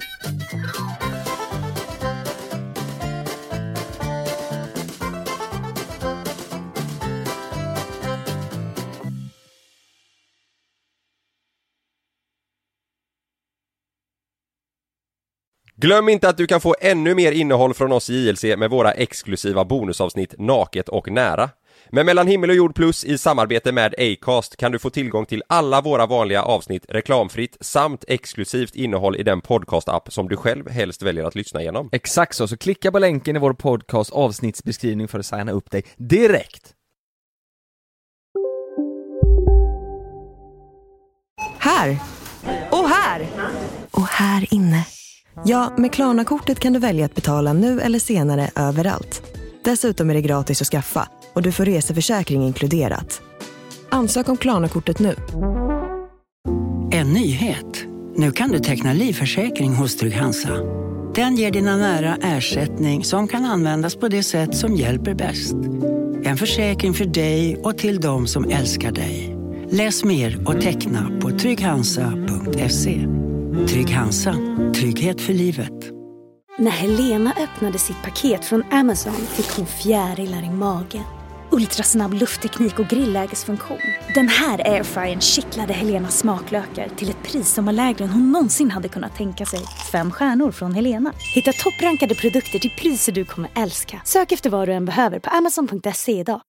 Glöm inte att du kan få ännu mer innehåll från oss i J L C med våra exklusiva bonusavsnitt Naket och nära. Med Mellan himmel och jord plus i samarbete med Acast kan du få tillgång till alla våra vanliga avsnitt reklamfritt samt exklusivt innehåll i den podcast-app som du själv helst väljer att lyssna igenom. Exakt så, så klicka på länken i vår podcast avsnittsbeskrivning för att signa upp dig direkt. Här! Och här! Och här inne. Ja, med Klarna-kortet kan du välja att betala nu eller senare överallt. Dessutom är det gratis att skaffa och du får reseförsäkring inkluderat. Ansök om Klarna-kortet nu. En nyhet. Nu kan du teckna livförsäkring hos Trygg-Hansa. Den ger dina nära ersättning som kan användas på det sätt som hjälper bäst. En försäkring för dig och till de som älskar dig. Läs mer och teckna på trygghansa punkt se. Trygg-Hansa. Trygghet för livet. När Helena öppnade sitt paket från Amazon fick hon fjärilar i magen. Ultrasnabb luftteknik och grillägesfunktion. Den här airfryern kittlade Helenas smaklökar till ett pris som var lägre än hon någonsin hade kunnat tänka sig. Fem stjärnor från Helena. Hitta topprankade produkter till priser du kommer älska. Sök efter vad du än behöver på amazon punkt se idag.